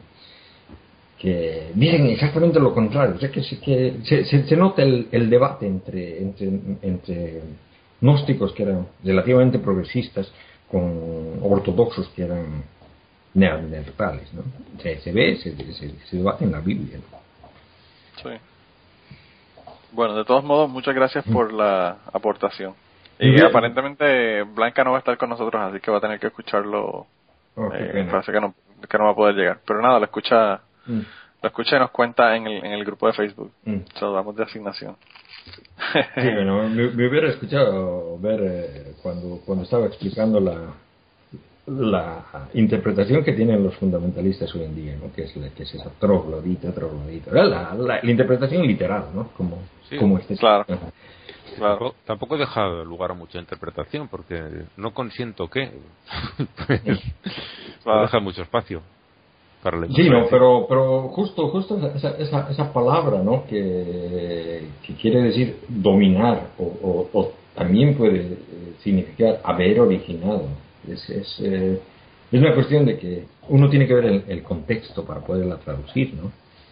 [SPEAKER 4] dicen exactamente lo contrario. O sea, que se nota el debate entre gnósticos que eran relativamente progresistas con ortodoxos que eran neandertales, ¿no? Se debate en la Biblia, ¿no?
[SPEAKER 10] Sí. Bueno, de todos modos, muchas gracias por la aportación. Y aparentemente Blanca no va a estar con nosotros, así que va a tener que escucharlo. Parece que no va a poder llegar. Pero nada, lo escucha y nos cuenta en el grupo de Facebook. Se lo damos de asignación.
[SPEAKER 4] Sí, bueno, me hubiera escuchado ver cuando estaba explicando la interpretación que tienen los fundamentalistas hoy en día, ¿no? que es esa troglodita. La interpretación literal, ¿no? Como
[SPEAKER 10] claro.
[SPEAKER 9] Tampoco deja lugar a mucha interpretación, porque no consiento que deja mucho espacio para la
[SPEAKER 4] interpretación. Sí, no, pero justo esa palabra, ¿no? que quiere decir dominar o también puede significar haber originado. Es una cuestión de que uno tiene que ver el contexto para poderla traducir, ¿no?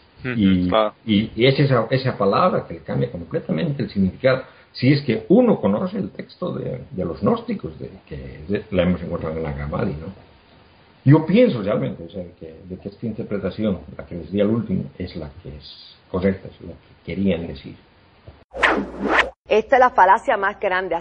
[SPEAKER 4] Y es esa palabra que le cambia completamente el significado. Si es que uno conoce el texto de los gnósticos, que la hemos encontrado en la Gamadi, ¿no? Yo pienso realmente, o sea, de que esta interpretación, la que les di al último, es la que es correcta, es lo que querían decir.
[SPEAKER 11] Esta es la falacia más grande.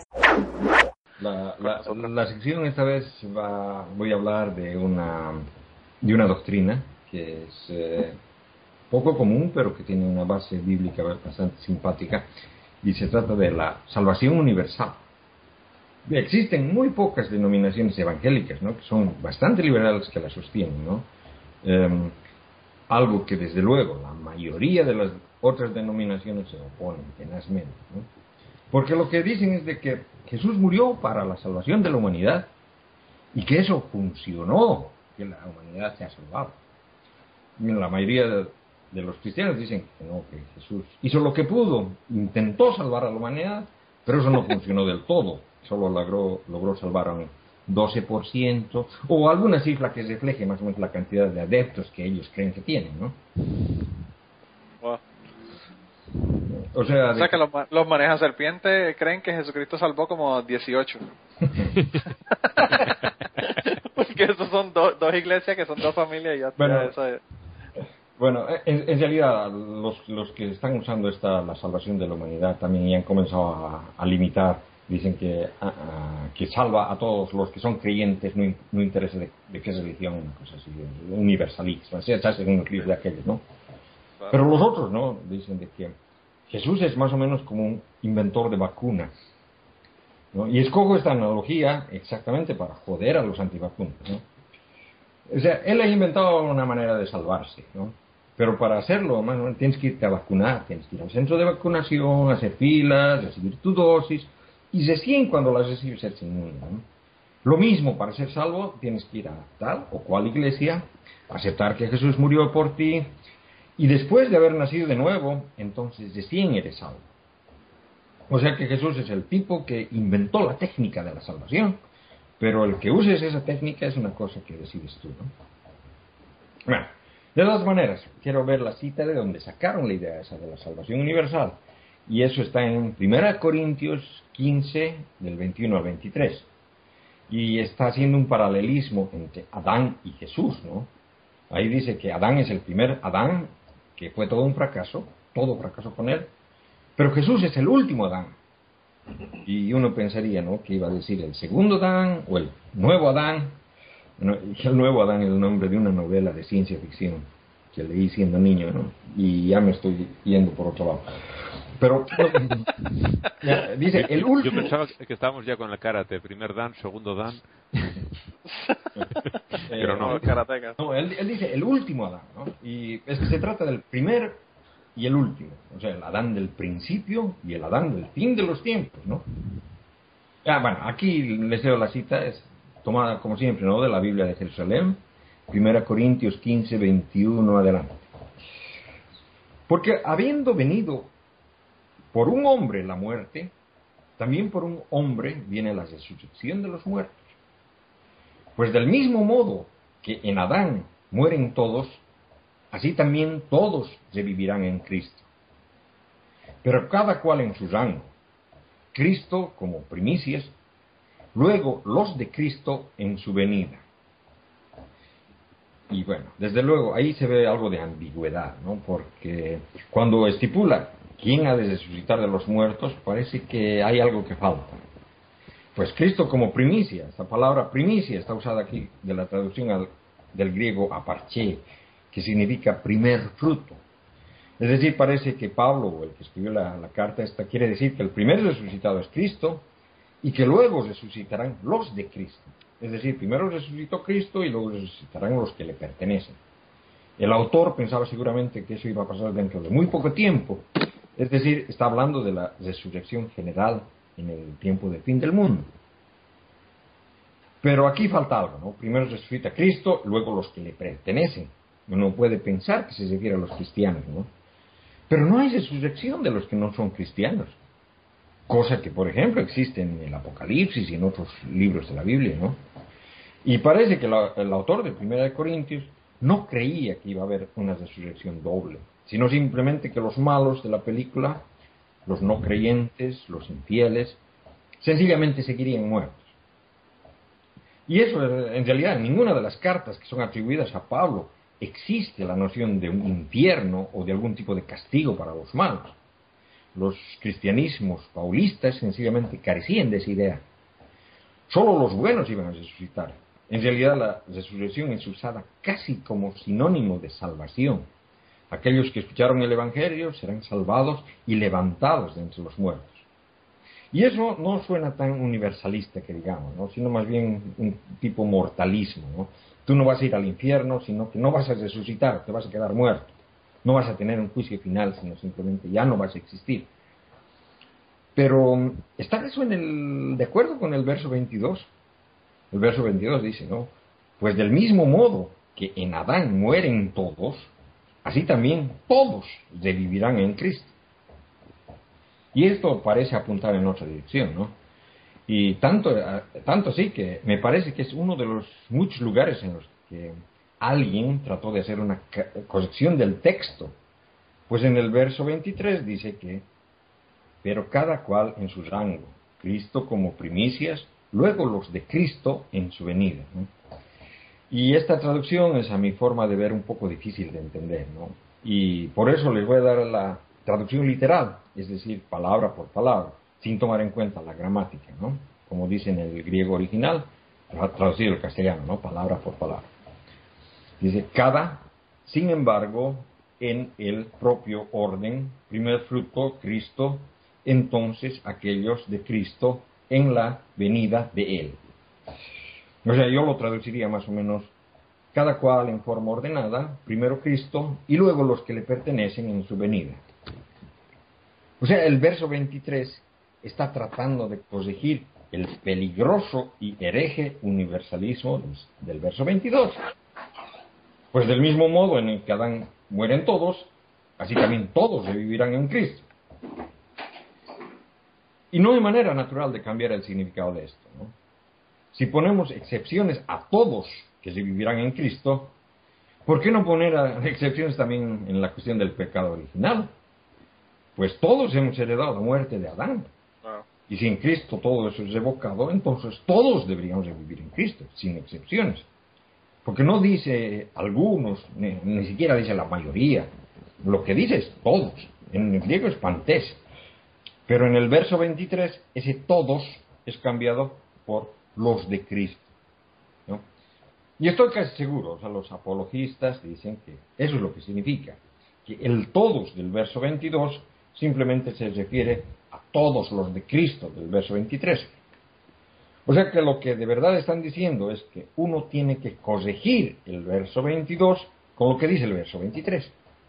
[SPEAKER 4] La sección esta vez voy a hablar de una doctrina que es poco común, pero que tiene una base bíblica bastante simpática, y se trata de la salvación universal. Existen muy pocas denominaciones evangélicas, ¿no? Que son bastante liberales, que la sostienen, ¿no? Algo que desde luego la mayoría de las otras denominaciones se oponen tenazmente, ¿no? Porque lo que dicen es de que Jesús murió para la salvación de la humanidad y que eso funcionó, que la humanidad se ha salvado. La mayoría de los cristianos dicen que no, que Jesús hizo lo que pudo, intentó salvar a la humanidad, pero eso no funcionó del todo. solo logró salvar a un 12%, o alguna cifra que refleje más o menos la cantidad de adeptos que ellos creen que tienen, ¿no?
[SPEAKER 10] Wow.
[SPEAKER 4] O sea
[SPEAKER 10] que los maneja serpientes creen que Jesucristo salvó como 18. Porque esos son dos iglesias que son dos familias y ya.
[SPEAKER 4] Bueno,
[SPEAKER 10] ya eso es.
[SPEAKER 4] Bueno, en realidad los que están usando la salvación de la humanidad también ya han comenzado a limitar. Dicen que salva a todos los que son creyentes, no interesa de qué religión, una cosa así, universalista, estás en un clip de aquellos, ¿no? Pero los otros, ¿no? Dicen de que Jesús es más o menos como un inventor de vacunas, ¿no? Y escojo esta analogía exactamente para joder a los antivacunas, ¿no? O sea, él ha inventado una manera de salvarse, ¿no? Pero para hacerlo, más o menos, tienes que irte a vacunar, tienes que ir al centro de vacunación, hacer filas, recibir tu dosis, y recién cuando las recibes eres inmune, ¿no? Lo mismo, para ser salvo, tienes que ir a tal o cual iglesia, aceptar que Jesús murió por ti, y después de haber nacido de nuevo, entonces recién eres salvo. O sea que Jesús es el tipo que inventó la técnica de la salvación, pero el que uses esa técnica es una cosa que decides tú, ¿no? Bueno, de todas maneras, quiero ver la cita de donde sacaron la idea esa de la salvación universal, y eso está en 1 Corintios 15, del 21 al 23, y está haciendo un paralelismo entre Adán y Jesús, ¿no? Ahí dice que Adán es el primer Adán, que fue todo un fracaso, todo fracasó con él, pero Jesús es el último Adán. Y uno pensaría, ¿no?, que iba a decir el segundo Adán o el nuevo Adán. El nuevo Adán es el nombre de una novela de ciencia ficción que leí siendo niño, ¿no? Y ya me estoy yendo por otro lado. Pero dice el último.
[SPEAKER 9] Yo pensaba que estábamos ya con el karate, primer Dan, segundo Dan. Pero no,
[SPEAKER 4] no, él dice el último Adán, ¿no? Y es que se trata del primer y el último, o sea, el Adán del principio y el Adán del fin de los tiempos, ¿no? Bueno, aquí les leo la cita, es tomada como siempre, ¿no?, de la Biblia de Jerusalén, 1 Corintios 15, 21 adelante. Porque habiendo venido por un hombre la muerte, también por un hombre viene la resurrección de los muertos. Pues del mismo modo que en Adán mueren todos, así también todos revivirán en Cristo. Pero cada cual en su rango. Cristo como primicias, luego los de Cristo en su venida. Y bueno, desde luego ahí se ve algo de ambigüedad, ¿no? Porque cuando estipula quién ha de resucitar de los muertos, parece que hay algo que falta. Pues Cristo como primicia, esta palabra primicia está usada aquí de la traducción del griego aparché, que significa primer fruto. Es decir, parece que Pablo, el que escribió la carta esta, quiere decir que el primer resucitado es Cristo y que luego resucitarán los de Cristo. Es decir, primero resucitó Cristo y luego resucitarán los que le pertenecen. El autor pensaba seguramente que eso iba a pasar dentro de muy poco tiempo. Es decir, está hablando de la resurrección general en el tiempo del fin del mundo. Pero aquí falta algo, ¿no? Primero resucita Cristo, luego los que le pertenecen. Uno puede pensar que se refiere a los cristianos, ¿no? Pero no hay resurrección de los que no son cristianos. Cosa que, por ejemplo, existe en el Apocalipsis y en otros libros de la Biblia, ¿no? Y parece que el autor de 1 Corintios no creía que iba a haber una resurrección doble, sino simplemente que los malos de la película, los no creyentes, los infieles, sencillamente seguirían muertos. Y eso, en realidad, en ninguna de las cartas que son atribuidas a Pablo existe la noción de un infierno o de algún tipo de castigo para los malos. Los cristianismos paulistas sencillamente carecían de esa idea. Solo los buenos iban a resucitar. En realidad la resurrección es usada casi como sinónimo de salvación. Aquellos que escucharon el Evangelio serán salvados y levantados de entre los muertos. Y eso no suena tan universalista que digamos, ¿no?, sino más bien un tipo mortalismo, ¿no? Tú no vas a ir al infierno, sino que no vas a resucitar, te vas a quedar muerto. No vas a tener un juicio final, sino simplemente ya no vas a existir. Pero ¿está eso de acuerdo con el verso 22? El verso 22 dice, ¿no?, pues del mismo modo que en Adán mueren todos, así también todos revivirán en Cristo. Y esto parece apuntar en otra dirección, ¿no? Y tanto sí que me parece que es uno de los muchos lugares en los que alguien trató de hacer una corrección del texto. Pues en el verso 23 dice que, pero cada cual en su rango, Cristo como primicias, luego los de Cristo en su venida, ¿no? Y esta traducción es a mi forma de ver un poco difícil de entender, ¿no? Y por eso les voy a dar la traducción literal, es decir, palabra por palabra, sin tomar en cuenta la gramática, ¿no? Como dice en el griego original, traducido al castellano, ¿no? Palabra por palabra. Dice, cada, sin embargo, en el propio orden, primer fruto, Cristo, entonces aquellos de Cristo en la venida de Él. O sea, yo lo traduciría más o menos, cada cual en forma ordenada, primero Cristo y luego los que le pertenecen en su venida. O sea, el verso 23 está tratando de corregir el peligroso y hereje universalismo del verso 22. Pues del mismo modo en el que Adán mueren todos, así también todos revivirán en Cristo. Y no hay manera natural de cambiar el significado de esto, ¿no? Si ponemos excepciones a todos que revivirán en Cristo, ¿por qué no poner excepciones también en la cuestión del pecado original? Pues todos hemos heredado la muerte de Adán. Y si en Cristo todo eso es revocado, entonces todos deberíamos revivir en Cristo, sin excepciones. Porque no dice algunos, ni siquiera dice la mayoría. Lo que dice es todos. En el griego es pantes. Pero en el verso 23, ese todos es cambiado por los de Cristo, ¿no? Y estoy casi seguro, o sea, los apologistas dicen que eso es lo que significa. Que el todos del verso 22 simplemente se refiere a todos los de Cristo del verso 23. O sea que lo que de verdad están diciendo es que uno tiene que corregir el verso 22 con lo que dice el verso 23.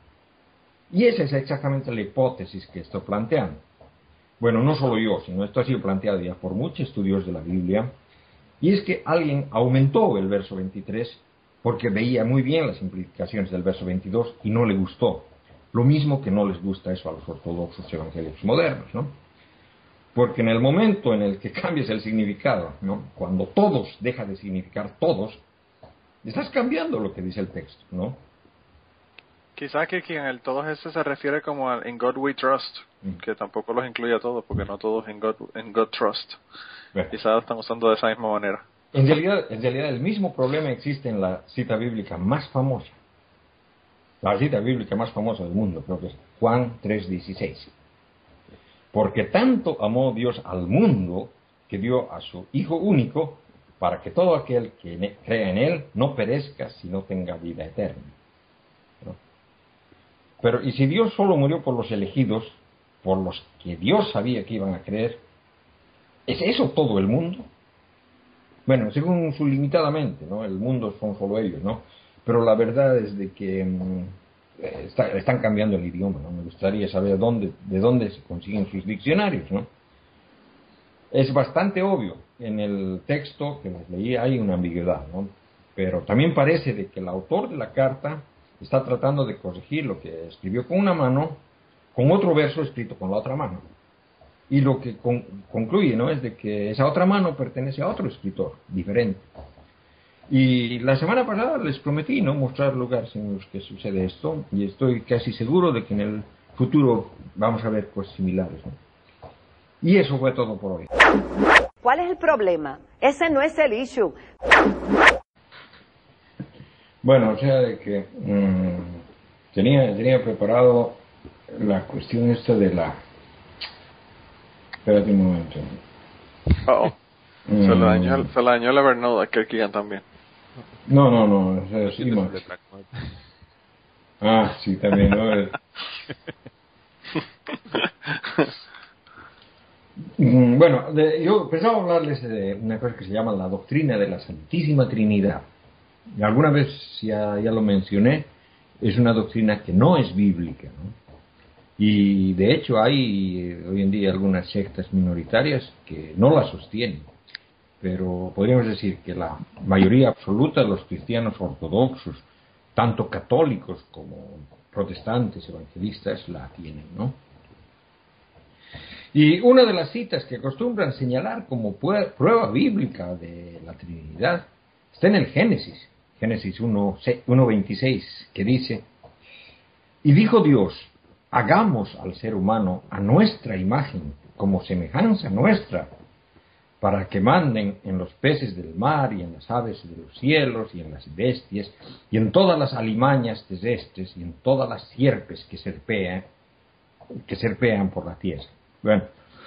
[SPEAKER 4] Y esa es exactamente la hipótesis que estoy planteando. Bueno, no solo yo, sino esto ha sido planteado ya por muchos estudios de la Biblia, y es que alguien aumentó el verso 23 porque veía muy bien las implicaciones del verso 22 y no le gustó. Lo mismo que no les gusta eso a los ortodoxos evangélicos modernos, ¿no? Porque en el momento en el que cambias el significado, ¿no? Cuando todos deja de significar todos, estás cambiando lo que dice el texto, ¿no?
[SPEAKER 10] Quizás que en el todos ese se refiere como al In God We Trust, que tampoco los incluye a todos, porque no todos en God Trust. Bueno. Quizás lo están usando de esa misma manera.
[SPEAKER 4] En realidad el mismo problema existe en la cita bíblica más famosa. La cita bíblica más famosa del mundo, creo que es Juan 3:16. Porque tanto amó Dios al mundo que dio a su Hijo único para que todo aquel que crea en Él no perezca, sino tenga vida eterna. ¿No? Pero, ¿y si Dios solo murió por los elegidos, por los que Dios sabía que iban a creer? ¿Es eso todo el mundo? Bueno, según su limitadamente, ¿no? El mundo son solo ellos, ¿no? Pero la verdad es de que están cambiando el idioma, ¿no? Me gustaría saber de dónde se consiguen sus diccionarios, ¿no? Es bastante obvio, en el texto que les leí hay una ambigüedad, ¿no? Pero también parece de que el autor de la carta está tratando de corregir lo que escribió con una mano, con otro verso escrito con la otra mano. Y lo que concluye, ¿no? Es de que esa otra mano pertenece a otro escritor diferente. Y la semana pasada les prometí, ¿no? Mostrar lugares en los que sucede esto, y estoy casi seguro de que en el futuro vamos a ver cosas similares, ¿no? Y eso fue todo por hoy.
[SPEAKER 11] ¿Cuál es el problema? Ese no es el issue.
[SPEAKER 4] Bueno, o sea, de que tenía preparado la cuestión esta de la... Espérate un momento.
[SPEAKER 10] Se le dañó el Evernote a Kierkegaard también.
[SPEAKER 4] No, o sea, sí, sí, también, ¿no? Bueno, yo pensaba hablarles de una cosa que se llama la doctrina de la Santísima Trinidad. Y alguna vez ya lo mencioné, es una doctrina que no es bíblica, ¿no? Y de hecho hay hoy en día algunas sectas minoritarias que no la sostienen. Pero podríamos decir que la mayoría absoluta de los cristianos ortodoxos, tanto católicos como protestantes, evangelistas, la tienen, ¿no? Y una de las citas que acostumbran señalar como prueba bíblica de la Trinidad está en el Génesis 1:26, que dice: y dijo Dios, hagamos al ser humano a nuestra imagen, como semejanza nuestra, para que manden en los peces del mar y en las aves de los cielos y en las bestias y en todas las alimañas terrestres y en todas las sierpes que serpean por la tierra. Bueno,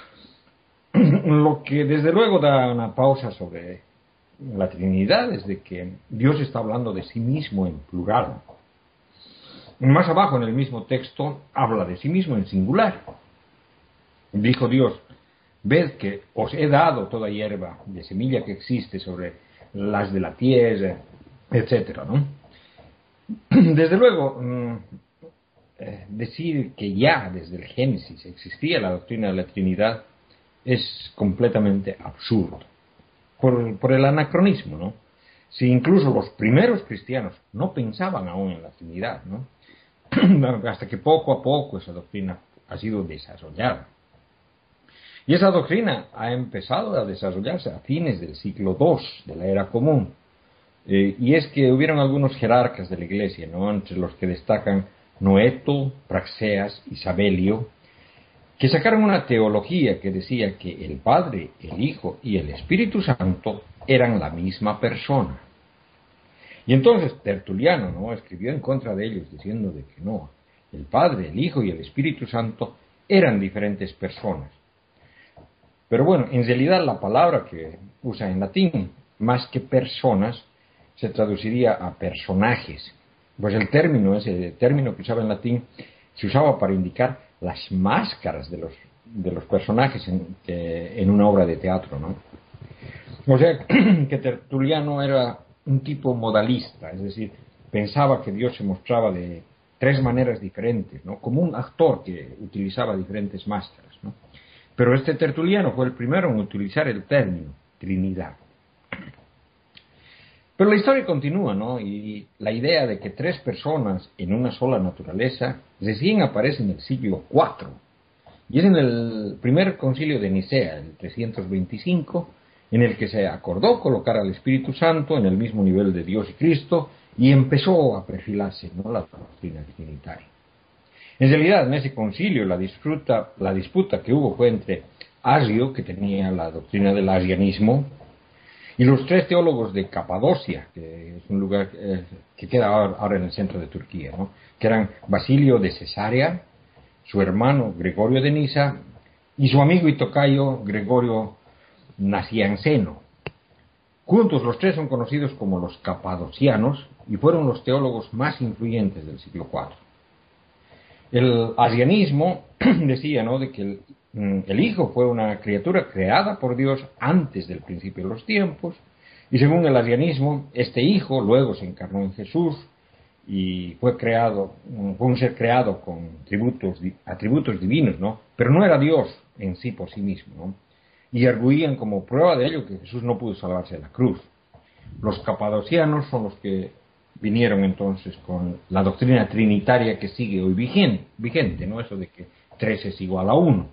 [SPEAKER 4] lo que desde luego da una pausa sobre la Trinidad es de que Dios está hablando de sí mismo en plural. Más abajo en el mismo texto habla de sí mismo en singular. Dijo Dios, ved que os he dado toda hierba de semilla que existe sobre las de la tierra, etcétera, ¿no? Desde luego, decir que ya desde el Génesis existía la doctrina de la Trinidad es completamente absurdo, por el anacronismo, ¿no? Si incluso los primeros cristianos no pensaban aún en la Trinidad, ¿no? Hasta que poco a poco esa doctrina ha sido desarrollada. Y esa doctrina ha empezado a desarrollarse a fines del siglo II de la era común. Y es que hubieron algunos jerarcas de la Iglesia, ¿no? Entre los que destacan Noeto, Praxeas y Sabelio, que sacaron una teología que decía que el Padre, el Hijo y el Espíritu Santo eran la misma persona. Y entonces Tertuliano, ¿no?, escribió en contra de ellos diciendo de que no, el Padre, el Hijo y el Espíritu Santo eran diferentes personas. Pero bueno, en realidad la palabra que usa en latín, más que personas, se traduciría a personajes. Pues ese término que usaba en latín, se usaba para indicar las máscaras de los personajes en una obra de teatro, ¿no? O sea, que Tertuliano era un tipo modalista, es decir, pensaba que Dios se mostraba de tres maneras diferentes, ¿no? Como un actor que utilizaba diferentes máscaras, ¿no? Pero este Tertuliano fue el primero en utilizar el término Trinidad. Pero la historia continúa, ¿no? Y la idea de que tres personas en una sola naturaleza recién aparece en el siglo IV. Y es en el primer concilio de Nicea, el 325, en el que se acordó colocar al Espíritu Santo en el mismo nivel de Dios y Cristo, y empezó a perfilarse, ¿no?, la doctrina trinitaria. En realidad, en ese concilio, la disputa que hubo fue entre Asio, que tenía la doctrina del arianismo, y los tres teólogos de Capadocia, que es un lugar que queda ahora en el centro de Turquía, ¿no?, que eran Basilio de Cesarea, su hermano Gregorio de Nisa, y su amigo y tocayo Gregorio Nacianceno. Juntos los tres son conocidos como los capadocianos y fueron los teólogos más influyentes del siglo IV. El arianismo decía, ¿no?, de que el Hijo fue una criatura creada por Dios antes del principio de los tiempos, y según el arianismo, este Hijo luego se encarnó en Jesús y fue un ser creado con atributos divinos, ¿no?, pero no era Dios en sí por sí mismo, ¿no? Y arguían como prueba de ello que Jesús no pudo salvarse de la cruz. Los capadocianos son los que vinieron entonces con la doctrina trinitaria que sigue hoy vigente, ¿no?, eso de que 3 es igual a 1.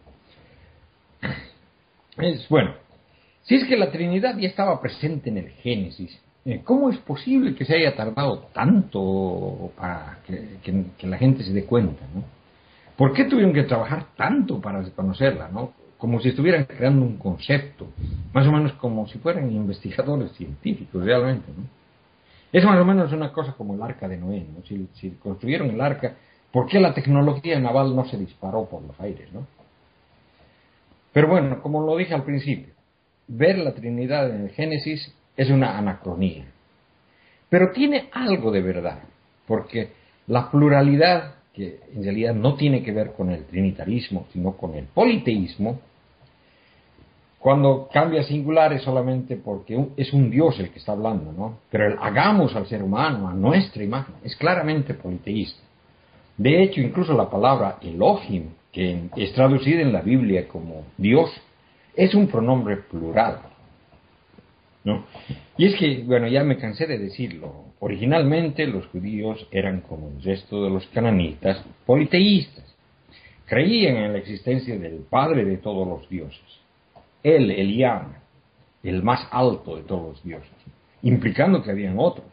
[SPEAKER 4] Bueno, si es que la Trinidad ya estaba presente en el Génesis, ¿cómo es posible que se haya tardado tanto para que la gente se dé cuenta, ¿no? ¿Por qué tuvieron que trabajar tanto para conocerla, ¿no? Como si estuvieran creando un concepto, más o menos como si fueran investigadores científicos realmente, ¿no? Es más o menos una cosa como el arca de Noé, ¿no? Si construyeron el arca, ¿por qué la tecnología naval no se disparó por los aires, ¿no? Pero bueno, como lo dije al principio, ver la Trinidad en el Génesis es una anacronía. Pero tiene algo de verdad, porque la pluralidad, que en realidad no tiene que ver con el trinitarismo, sino con el politeísmo, cuando cambia a singular es solamente porque es un Dios el que está hablando, ¿no? Pero el hagamos al ser humano a nuestra imagen es claramente politeísta. De hecho, incluso la palabra Elohim, que es traducida en la Biblia como Dios, es un pronombre plural, ¿no? Y es que, bueno, ya me cansé de decirlo, originalmente los judíos eran como el resto de los cananitas politeístas. creían en la existencia del padre de todos los dioses, el Elián, el más alto de todos los dioses, implicando que habían otros.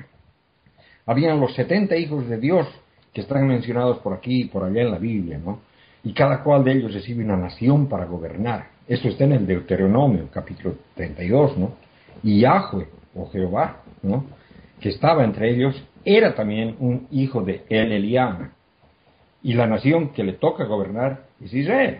[SPEAKER 4] Habían los 70 hijos de Dios que están mencionados por aquí y por allá en la Biblia, ¿no? Y cada cual de ellos recibe una nación para gobernar. Esto está en el Deuteronomio, capítulo 32, ¿no? Y Yahweh, o Jehová, ¿no?, que estaba entre ellos, era también un hijo de Elián. Y la nación que le toca gobernar es Israel.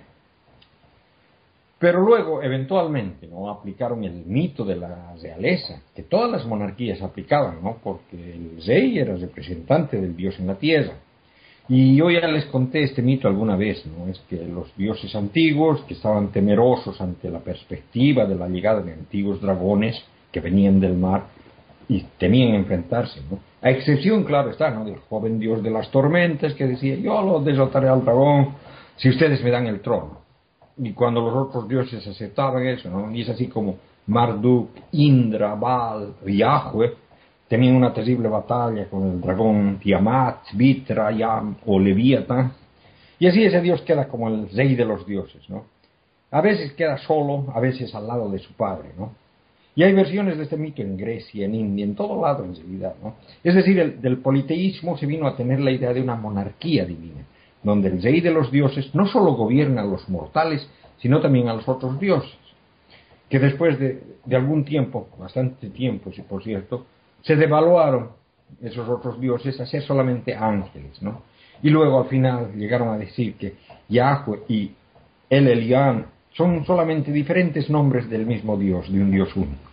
[SPEAKER 4] Pero luego, eventualmente, ¿no?, aplicaron el mito de la realeza, que todas las monarquías aplicaban, ¿no?, porque el rey era representante del Dios en la tierra. Y yo ya les conté este mito alguna vez, ¿no? Es que los dioses antiguos, que estaban temerosos ante la perspectiva de la llegada de antiguos dragones que venían del mar y temían enfrentarse, ¿no? A excepción, claro está, ¿no?, del joven dios de las tormentas que decía: yo lo desataré al dragón si ustedes me dan el trono. Y cuando los otros dioses aceptaban eso, ¿no?, y es así como Marduk, Indra, Baal, Yahweh tenían una terrible batalla con el dragón Tiamat, Vitra, Yam o Leviatán, y así ese dios queda como el rey de los dioses, ¿no? A veces queda solo, a veces al lado de su padre, ¿no? Y hay versiones de este mito en Grecia, en India, en todo lado en realidad, ¿no? Es decir, del politeísmo se vino a tener la idea de una monarquía divina, donde el rey de los dioses no solo gobierna a los mortales, sino también a los otros dioses, que después de algún tiempo, bastante tiempo, si por cierto, se devaluaron esos otros dioses a ser solamente ángeles, ¿no? Y luego al final llegaron a decir que Yahweh y el Elián son solamente diferentes nombres del mismo Dios, de un Dios único.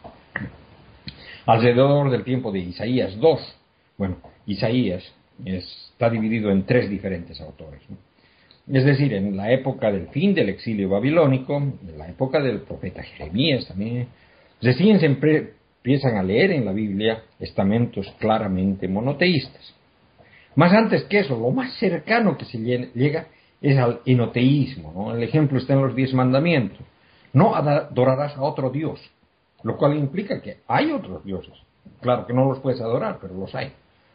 [SPEAKER 4] Alrededor del tiempo de Isaías 2, bueno, Isaías está dividido en 3 diferentes autores, ¿no? Es decir, en la época del fin del exilio babilónico, en la época del profeta Jeremías también, recién se empiezan a leer en la Biblia estamentos claramente monoteístas. Más antes que eso, lo más cercano que se llega es al enoteísmo, ¿no? El ejemplo está en los 10 mandamientos. No adorarás a otro Dios, lo cual implica que hay otros dioses. Claro que no los puedes adorar, pero los hay.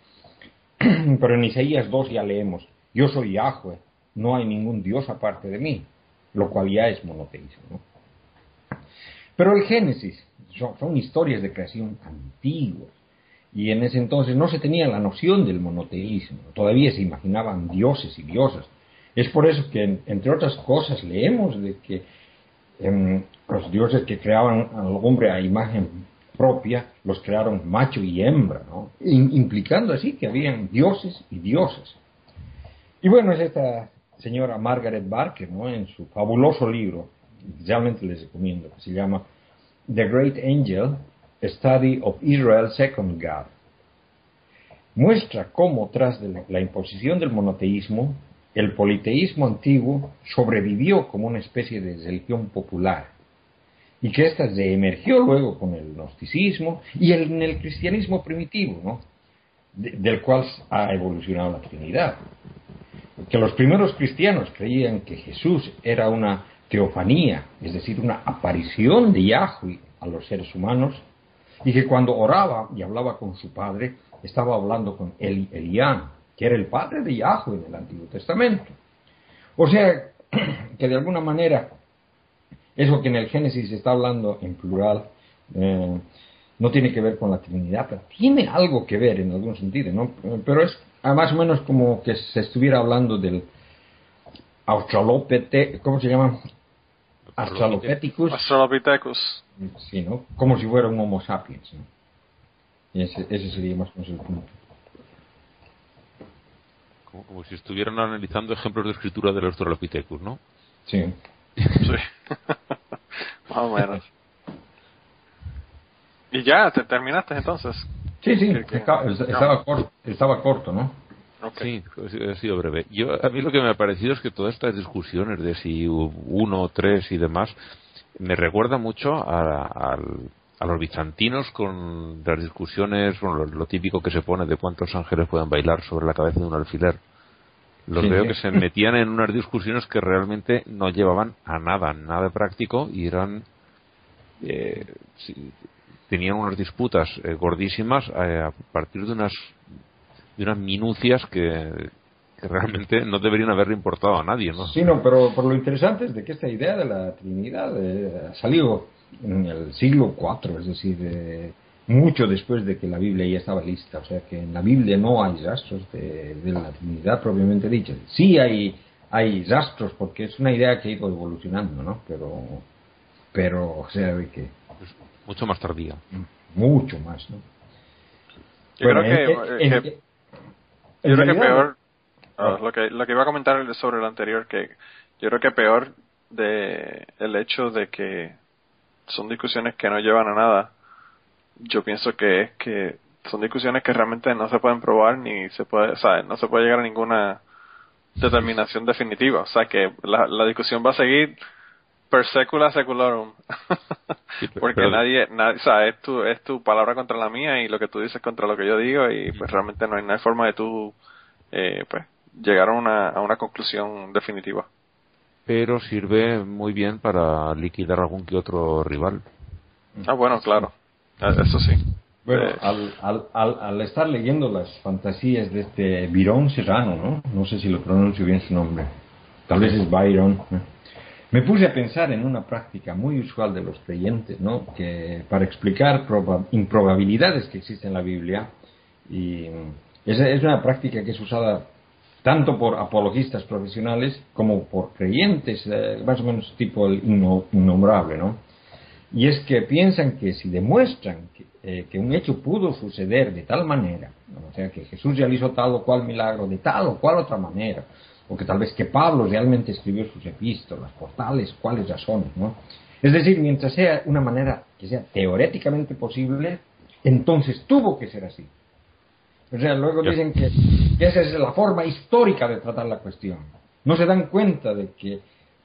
[SPEAKER 4] Pero en Isaías 2 ya leemos: yo soy Yahweh, no hay ningún Dios aparte de mí, lo cual ya es monoteísmo, ¿no? Pero el Génesis son historias de creación antiguas, y en ese entonces no se tenía la noción del monoteísmo, todavía se imaginaban dioses y diosas. Es por eso que, entre otras cosas, leemos de que los dioses que creaban al hombre a imagen propia, los crearon macho y hembra, ¿no?, implicando así que habían dioses y diosas. Y bueno, es esta señora Margaret Barker, ¿no?, en su fabuloso libro, realmente les recomiendo, que se llama The Great Angel, A Study of Israel's Second God. Muestra cómo tras de la imposición del monoteísmo, el politeísmo antiguo sobrevivió como una especie de religión popular, y que ésta reemergió luego con el gnosticismo y en el cristianismo primitivo, ¿no?, del cual ha evolucionado la Trinidad. Que los primeros cristianos creían que Jesús era una teofanía, es decir, una aparición de Yahweh a los seres humanos, y que cuando oraba y hablaba con su padre, estaba hablando con Elián, que era el padre de Yahweh en el Antiguo Testamento. O sea, que de alguna manera, eso que en el Génesis se está hablando en plural, no tiene que ver con la Trinidad, pero tiene algo que ver en algún sentido, ¿no? Pero es más o menos como que se estuviera hablando del Australopithecus, ¿cómo se llama?
[SPEAKER 10] Australopithecus.
[SPEAKER 4] Sí, ¿no? Como si fuera un Homo sapiens, ¿no? Y ese sería más o menos el punto.
[SPEAKER 9] Como si estuvieran analizando ejemplos de escritura del Australopithecus, ¿no?
[SPEAKER 4] Sí.
[SPEAKER 10] Sí. Más o menos. ¿Y ya? ¿Terminaste entonces?
[SPEAKER 4] Sí, estaba corto, ¿no?
[SPEAKER 9] Okay. Sí, ha sido breve. A mí lo que me ha parecido es que todas estas discusiones de si 1, 3 y demás me recuerda mucho a los bizantinos con las discusiones, bueno, lo típico que se pone de cuántos ángeles pueden bailar sobre la cabeza de un alfiler. Veo que se metían en unas discusiones que realmente no llevaban a nada práctico, y eran tenían unas disputas gordísimas a partir de unas minucias que que realmente no deberían haberle importado a nadie, ¿no?
[SPEAKER 4] Sí, no, pero por lo interesante es de que esta idea de la Trinidad ha salido en el siglo IV, es decir, mucho después de que la Biblia ya estaba lista. O sea que en la Biblia no hay rastros de la Trinidad propiamente dicha. Sí hay rastros porque es una idea que ha ido evolucionando, ¿no? Pero o sea, de que...
[SPEAKER 9] Es mucho más tardía.
[SPEAKER 4] Mucho más, ¿no?
[SPEAKER 10] Yo creo que peor, lo que iba a comentar sobre lo anterior, que yo creo que peor de el hecho de que son discusiones que no llevan a nada, yo pienso que es que son discusiones que realmente no se pueden probar ni se puede, o sea, no se puede llegar a ninguna determinación definitiva, o sea que la discusión va a seguir per secula seculorum. Sí, porque nadie, o sea, es tu palabra contra la mía y lo que tú dices contra lo que yo digo, y pues realmente no hay forma de tú pues llegar a una conclusión definitiva.
[SPEAKER 9] Pero sirve muy bien para liquidar algún que otro rival.
[SPEAKER 10] Bueno, claro, eso sí.
[SPEAKER 4] Bueno, al estar leyendo las fantasías de este Byron Serrano, no sé si lo pronuncio bien su nombre, tal vez es Byron, me puse a pensar en una práctica muy usual de los creyentes, ¿no? Que para explicar improbabilidades que existen en la Biblia, y es una práctica que es usada tanto por apologistas profesionales como por creyentes, más o menos tipo el innombrable, ¿no? Y es que piensan que si demuestran que un hecho pudo suceder de tal manera, ¿no? O sea, que Jesús realizó tal o cual milagro de tal o cual otra manera, o que tal vez que Pablo realmente escribió sus epístolas, por tales cuales razones, ¿no? Es decir, mientras sea una manera que sea teoréticamente posible, entonces tuvo que ser así. O sea, luego dicen que esa es la forma histórica de tratar la cuestión. No se dan cuenta de que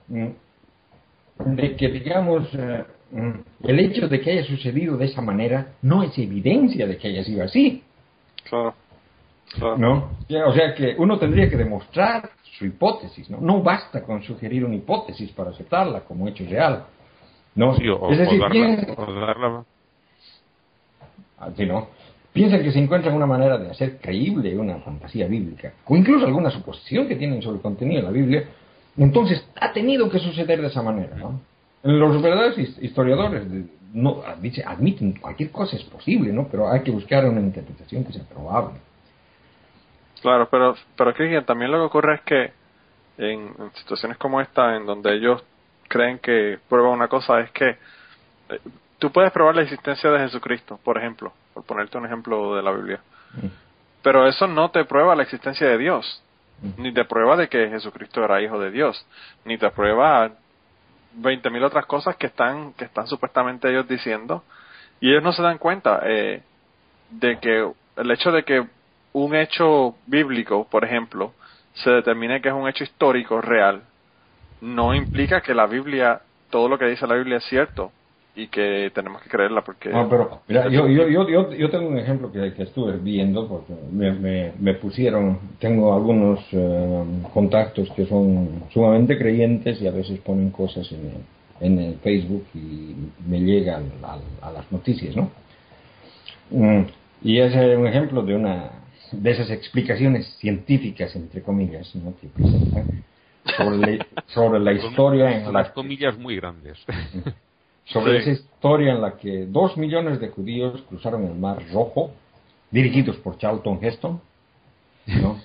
[SPEAKER 4] digamos, el hecho de que haya sucedido de esa manera no es evidencia de que haya sido así.
[SPEAKER 10] Claro.
[SPEAKER 4] ¿No? O sea que uno tendría que demostrar su hipótesis, ¿no? No basta con sugerir una hipótesis para aceptarla como hecho real, ¿no?
[SPEAKER 9] Sí,
[SPEAKER 4] es decir,
[SPEAKER 9] darla.
[SPEAKER 4] Así, ¿no? Piensan que se encuentran una manera de hacer creíble una fantasía bíblica, o incluso alguna suposición que tienen sobre el contenido de la Biblia, entonces ha tenido que suceder de esa manera, ¿no? Los verdaderos historiadores admiten cualquier cosa es posible, ¿no? Pero hay que buscar una interpretación que sea probable.
[SPEAKER 10] Claro, pero Cristian, también lo que ocurre es que en situaciones como esta, en donde ellos creen que prueba una cosa, es que tú puedes probar la existencia de Jesucristo, por ejemplo, por ponerte un ejemplo de la Biblia, pero eso no te prueba la existencia de Dios, ni te prueba de que Jesucristo era hijo de Dios, ni te prueba 20.000 otras cosas que están supuestamente ellos diciendo, y ellos no se dan cuenta de que el hecho de que un hecho bíblico, por ejemplo, se determine que es un hecho histórico real, no implica que la Biblia, todo lo que dice la Biblia es cierto y que tenemos que creerla, porque...
[SPEAKER 4] No, pero mira, yo tengo un ejemplo que estuve viendo, porque me pusieron, tengo algunos contactos que son sumamente creyentes y a veces ponen cosas en el Facebook y me llegan a las noticias, ¿no? Y es un ejemplo de esas explicaciones científicas, entre comillas, ¿no? Que presentan sobre la historia en
[SPEAKER 9] las comillas muy grandes.
[SPEAKER 4] Sobre esa historia en la que 2 millones de judíos cruzaron el Mar Rojo, dirigidos por Charlton Heston, ¿no?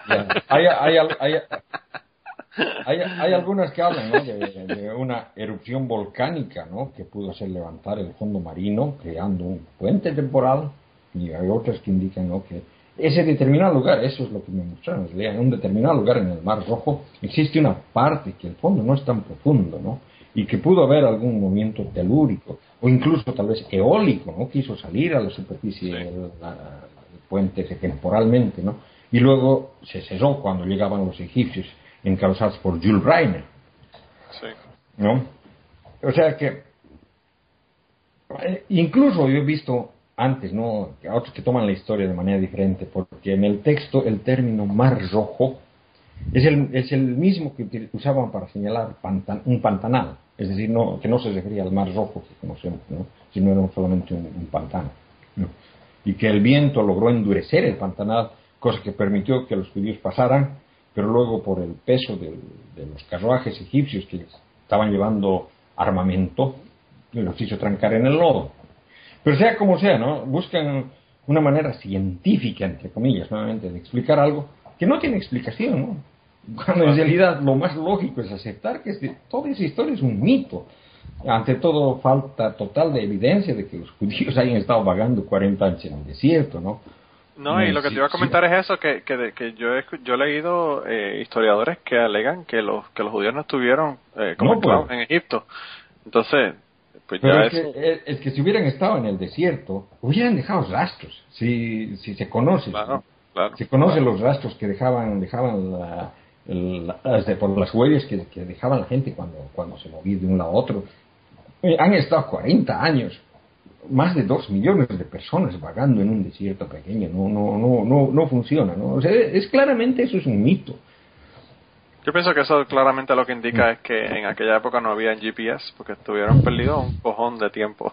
[SPEAKER 4] Hay algunas que hablan, ¿no? de una erupción volcánica, ¿no? Que pudo hacer levantar el fondo marino, creando un puente temporal, y hay otras que indican, ¿no? Que ese determinado lugar, eso es lo que me mostraron, en un determinado lugar en el Mar Rojo existe una parte que el fondo no es tan profundo, ¿no? Y que pudo haber algún movimiento telúrico o incluso tal vez eólico, ¿no? Quiso salir a la superficie del puente temporalmente, ¿no? Y luego se cesó cuando llegaban los egipcios encabezados por Jules Reiner, ¿no? O sea que incluso yo he visto antes, ¿no? Otros que toman la historia de manera diferente, porque en el texto el término Mar Rojo es el mismo que usaban para señalar un pantanal, es decir, que no se refería al Mar Rojo que conocemos, ¿no? Sino era solamente un pantano, ¿no? Y que el viento logró endurecer el pantanal, cosa que permitió que los judíos pasaran pero luego por el peso de los carruajes egipcios que estaban llevando armamento, los hizo trancar en el lodo. Pero sea como sea, ¿no? Buscan una manera científica, entre comillas, nuevamente, de explicar algo que no tiene explicación, ¿no? Cuando en realidad lo más lógico es aceptar que toda esa historia es un mito. Ante todo, falta total de evidencia de que los judíos hayan estado vagando 40 años en el desierto, ¿no?
[SPEAKER 10] No, y lo que te iba a comentar es eso, que yo he leído historiadores que alegan que los judíos no estuvieron como esclavos en Egipto. Entonces, pues
[SPEAKER 4] pero
[SPEAKER 10] ya
[SPEAKER 4] es que si hubieran estado en el desierto, hubieran dejado rastros, si se conoce.
[SPEAKER 10] Claro,
[SPEAKER 4] se conocen los rastros que dejaban por las huellas que dejaban la gente cuando se movía de un lado a otro. Han estado 40 años, más de 2 millones de personas vagando en un desierto pequeño. No funciona, ¿no? O sea, claramente eso es un mito.
[SPEAKER 10] Yo pienso que eso claramente lo que indica es que en aquella época no había GPS, porque estuvieron perdidos un cojón de tiempo.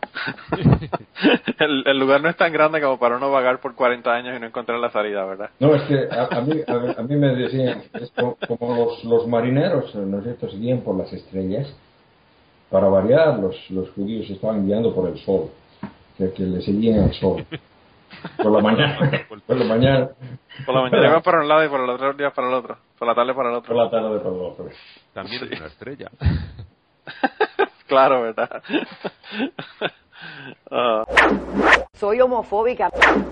[SPEAKER 10] el lugar no es tan grande como para uno vagar por 40 años y no encontrar la salida, ¿verdad?
[SPEAKER 4] No, es que a mí me decían, es como los marineros, ¿no es cierto?, seguían por las estrellas. Para variar, los judíos estaban guiando por el sol, que le seguían al sol. Por la mañana. Por la mañana
[SPEAKER 10] iban para un lado y por el otro día para el otro. Por la tarde para el otro.
[SPEAKER 4] Por la tarde para el otro.
[SPEAKER 9] También es una estrella.
[SPEAKER 10] Claro, ¿verdad?
[SPEAKER 11] Soy homofóbica.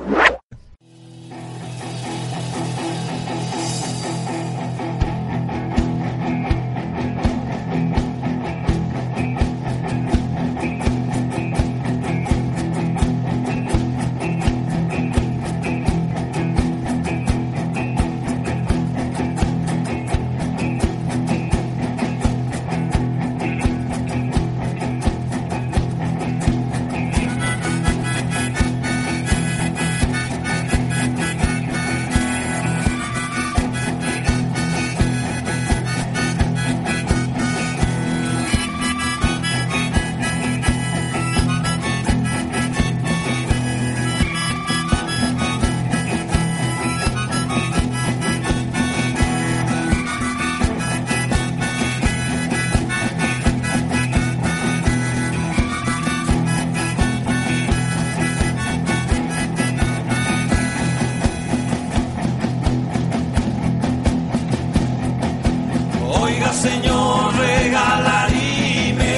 [SPEAKER 12] Señor, regalaríme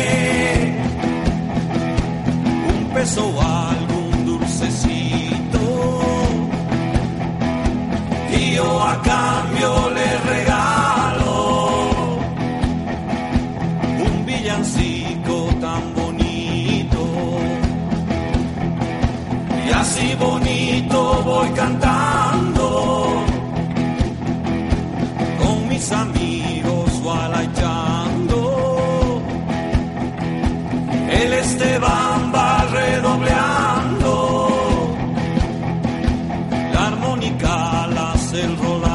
[SPEAKER 12] $1 o algún dulcecito, y yo a cambio le regalo un villancico tan bonito, y así bonito voy cantando con mis amigos gualachando. El Esteban va redobleando, la armónica la hace el Rolando.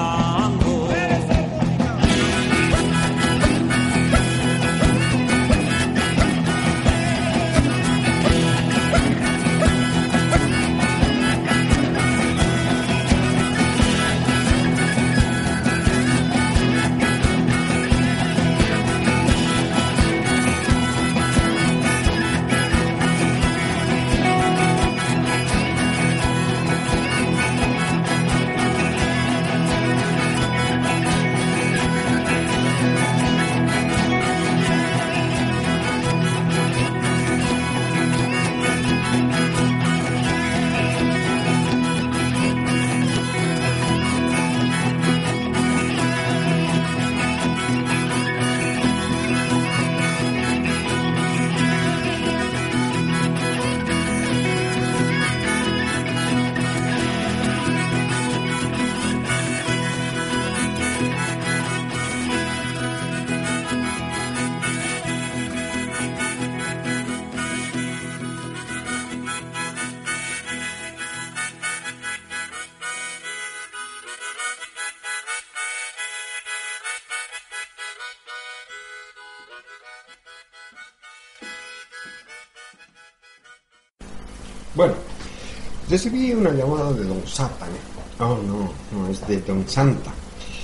[SPEAKER 13] Bueno, recibí una llamada de Don Satan. Oh, no, es de Don Santa.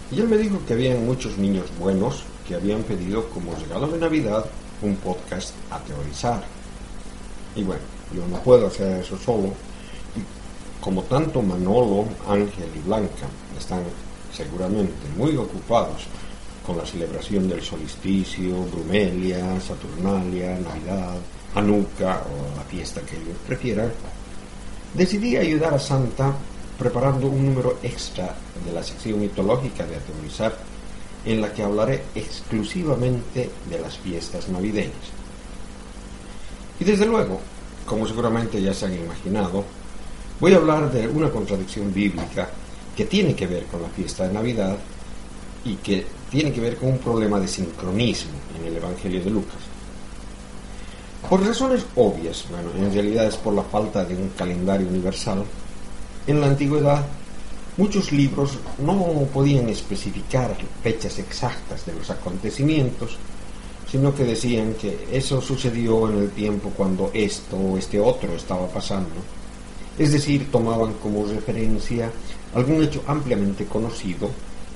[SPEAKER 4] Y él me dijo que habían muchos niños buenos que habían pedido como regalo de Navidad un podcast a teorizar. Y bueno, yo no puedo hacer eso solo. Y como tanto Manolo, Ángel y Blanca están seguramente muy ocupados con la celebración del solsticio, Brumelia, Saturnalia, Navidad, Hanukkah o la fiesta que ellos prefieran, decidí ayudar a Santa preparando un número extra de la sección mitológica de Ateorizar, en la que hablaré exclusivamente de las fiestas navideñas. Y desde luego, como seguramente ya se han imaginado, voy a hablar de una contradicción bíblica que tiene que ver con la fiesta de Navidad y que tiene que ver con un problema de sincronismo en el Evangelio de Lucas. Por razones obvias, bueno, en realidad es por la falta de un calendario universal. En la antigüedad, muchos libros no podían especificar fechas exactas de los acontecimientos, sino que decían que eso sucedió en el tiempo cuando esto o este otro estaba pasando. Es decir, tomaban como referencia algún hecho ampliamente conocido,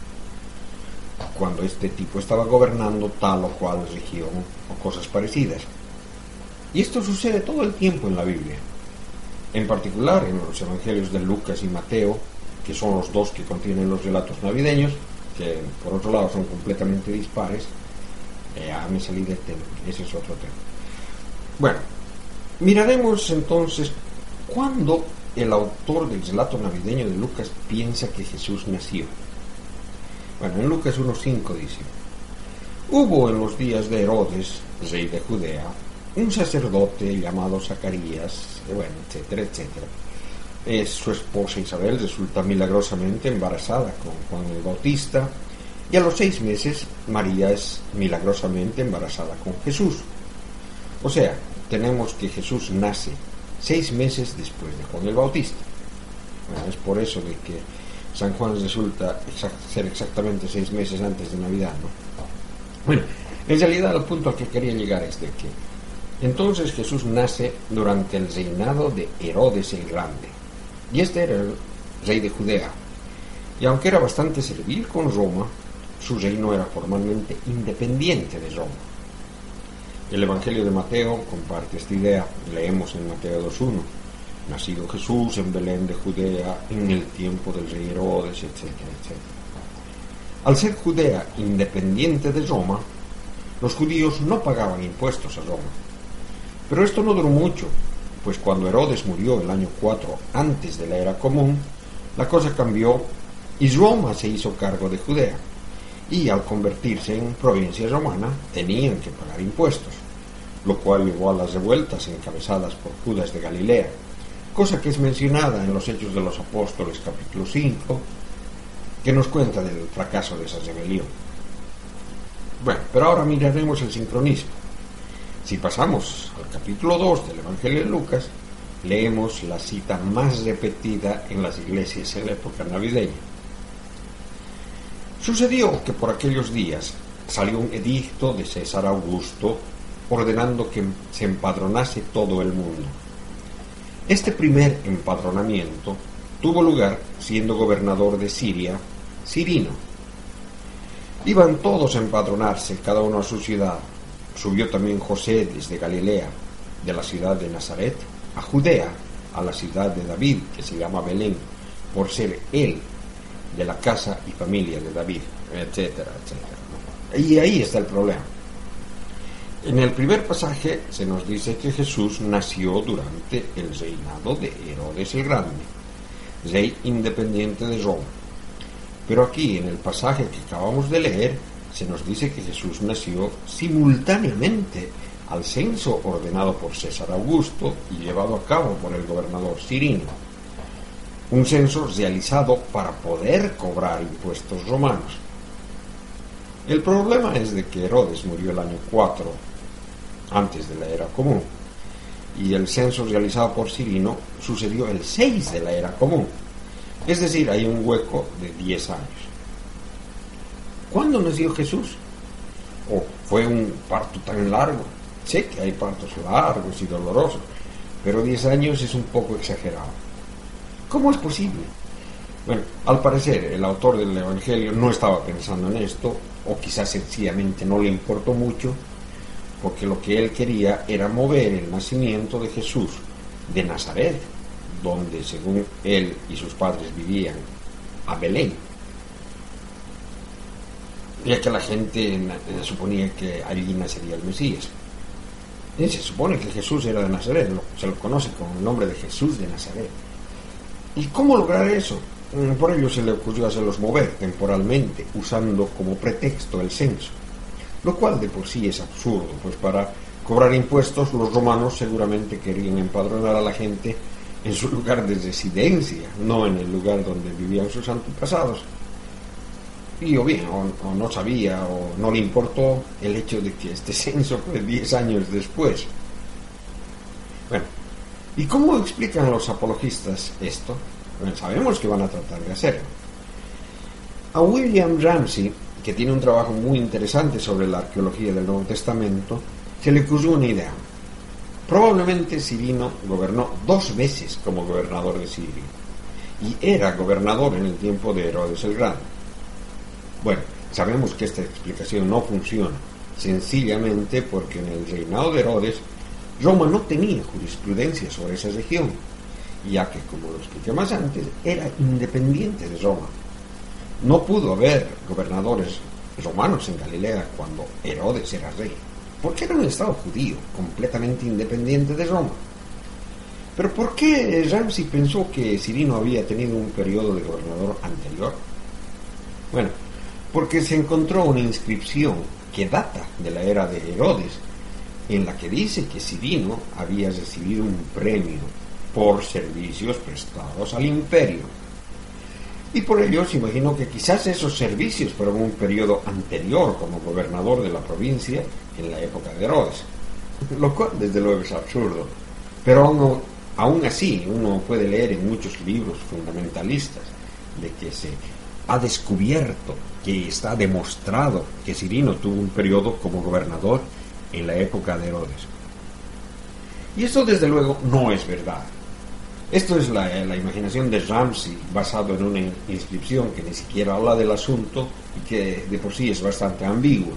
[SPEAKER 4] cuando este tipo estaba gobernando tal o cual región o cosas parecidas. Y esto sucede todo el tiempo en la Biblia. En particular en los evangelios de Lucas y Mateo, que son los dos que contienen los relatos navideños, que por otro lado son completamente dispares. Me salí del tema, ese es otro tema. Bueno, miraremos entonces cuándo el autor del relato navideño de Lucas piensa que Jesús nació. Bueno, en Lucas 1:5 dice: hubo en los días de Herodes, rey de Judea, un sacerdote llamado Zacarías, bueno, etcétera, etcétera. Su esposa Isabel resulta milagrosamente embarazada con Juan el Bautista, y a los 6 meses María es milagrosamente embarazada con Jesús. O sea, tenemos que Jesús nace 6 meses después de Juan el Bautista. Bueno, es por eso de que San Juan resulta ser exactamente 6 meses antes de Navidad, ¿no? Bueno, en realidad el punto al que quería llegar es de que entonces Jesús nace durante el reinado de Herodes el Grande, y este era el rey de Judea, y aunque era bastante servil con Roma, su reino era formalmente independiente de Roma. El Evangelio de Mateo comparte esta idea. Leemos en Mateo 2:1: nacido Jesús en Belén de Judea en el tiempo del rey Herodes, etcétera, etcétera. Al ser Judea independiente de Roma, los judíos no pagaban impuestos a Roma. Pero esto no duró mucho, pues cuando Herodes murió el año 4 antes de la era común, la cosa cambió y Roma se hizo cargo de Judea, y al convertirse en provincia romana tenían que pagar impuestos, lo cual llevó a las revueltas encabezadas por Judas de Galilea, cosa que es mencionada en los Hechos de los Apóstoles capítulo 5, que nos cuenta del fracaso de esa rebelión. Bueno, pero ahora miraremos el sincronismo. Si pasamos al capítulo 2 del Evangelio de Lucas, leemos la cita más repetida en las iglesias en la época navideña. Sucedió que por aquellos días salió un edicto de César Augusto ordenando que se empadronase todo el mundo. Este primer empadronamiento tuvo lugar siendo gobernador de Siria, Cirino. Iban todos a empadronarse, cada uno a su ciudad. Subió también José desde Galilea, de la ciudad de Nazaret, a Judea, a la ciudad de David, que se llama Belén, por ser él de la casa y familia de David, etcétera, etcétera. Y ahí está el problema. En el primer pasaje se nos dice que Jesús nació durante el reinado de Herodes el Grande, rey independiente de Roma. Pero aquí, en el pasaje que acabamos de leer, se nos dice que Jesús nació simultáneamente al censo ordenado por César Augusto y llevado a cabo por el gobernador Cirino. Un censo realizado para poder cobrar impuestos romanos. El problema es de que Herodes murió el año 4 antes de la era común, y el censo realizado por Cirino sucedió el 6 de la era común, es decir, hay un hueco de 10 años. ¿Cuándo nació Jesús? ¿O fue un parto tan largo? Sé que hay partos largos y dolorosos, pero 10 años es un poco exagerado. ¿Cómo es posible?
[SPEAKER 13] Bueno, al parecer el autor del Evangelio no estaba pensando en esto, o quizás sencillamente no le importó mucho, porque lo que él quería era mover el nacimiento de Jesús de Nazaret, donde según él y sus padres vivían, a Belén, ya que la gente suponía que allí nacería el Mesías. Y se supone que Jesús era de Nazaret, se lo conoce con el nombre de Jesús de Nazaret. ¿Y cómo lograr eso? Por ello se le ocurrió hacerlos mover temporalmente, usando como pretexto el censo, lo cual de por sí es absurdo, pues para cobrar impuestos los romanos seguramente querían empadronar a la gente en su lugar de residencia, no en el lugar donde vivían sus antepasados. Y o bien, o no sabía, o no le importó el hecho de que este censo fue 10 años después. Bueno, ¿y cómo explican los apologistas esto? Bueno, sabemos que van a tratar de hacerlo. A William Ramsey, que tiene un trabajo muy interesante sobre la arqueología del Nuevo Testamento, se le ocurrió una idea. Probablemente Cirino gobernó 2 veces como gobernador de Siria, y era gobernador en el tiempo de Herodes el Grande. Bueno, sabemos que esta explicación no funciona, sencillamente porque en el reinado de Herodes, Roma no tenía jurisprudencia sobre esa región, ya que, como lo expliqué más antes, era independiente de Roma. No pudo haber gobernadores romanos en Galilea cuando Herodes era rey, porque era un estado judío, completamente independiente de Roma. Pero ¿por qué Ramsey pensó que Cirino había tenido un periodo de gobernador anterior? Bueno, porque se encontró una inscripción que data de la era de Herodes, en la que dice que Cirino había recibido un premio por servicios prestados al imperio. Y por ello se imaginó que quizás esos servicios fueron un periodo anterior como gobernador de la provincia en la época de Herodes, lo cual desde luego es absurdo, pero aún así uno puede leer en muchos libros fundamentalistas de que se ha descubierto, que está demostrado que Cirino tuvo un periodo como gobernador en la época de Herodes. Y esto desde luego no es verdad. Esto es la imaginación de Ramsey, basado en una inscripción que ni siquiera habla del asunto y que de por sí es bastante ambigua.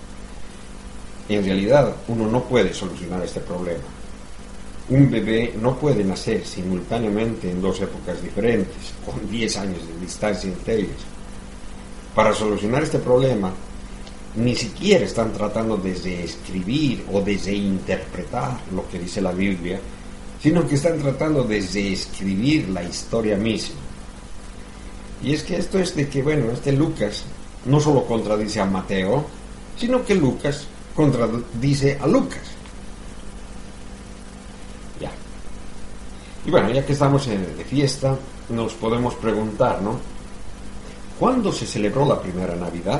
[SPEAKER 13] En realidad, uno no puede solucionar este problema. Un bebé no puede nacer simultáneamente en 2 épocas diferentes, con 10 años de distancia entre ellas. Para solucionar este problema, ni siquiera están tratando de reescribir o de reinterpretar lo que dice la Biblia, sino que están tratando de reescribir la historia misma. Y es que esto es de que, bueno, este Lucas no solo contradice a Mateo, sino que Lucas contradice a Lucas. Ya. Y bueno, ya que estamos de fiesta, nos podemos preguntar, ¿no? ¿Cuándo se celebró la primera Navidad?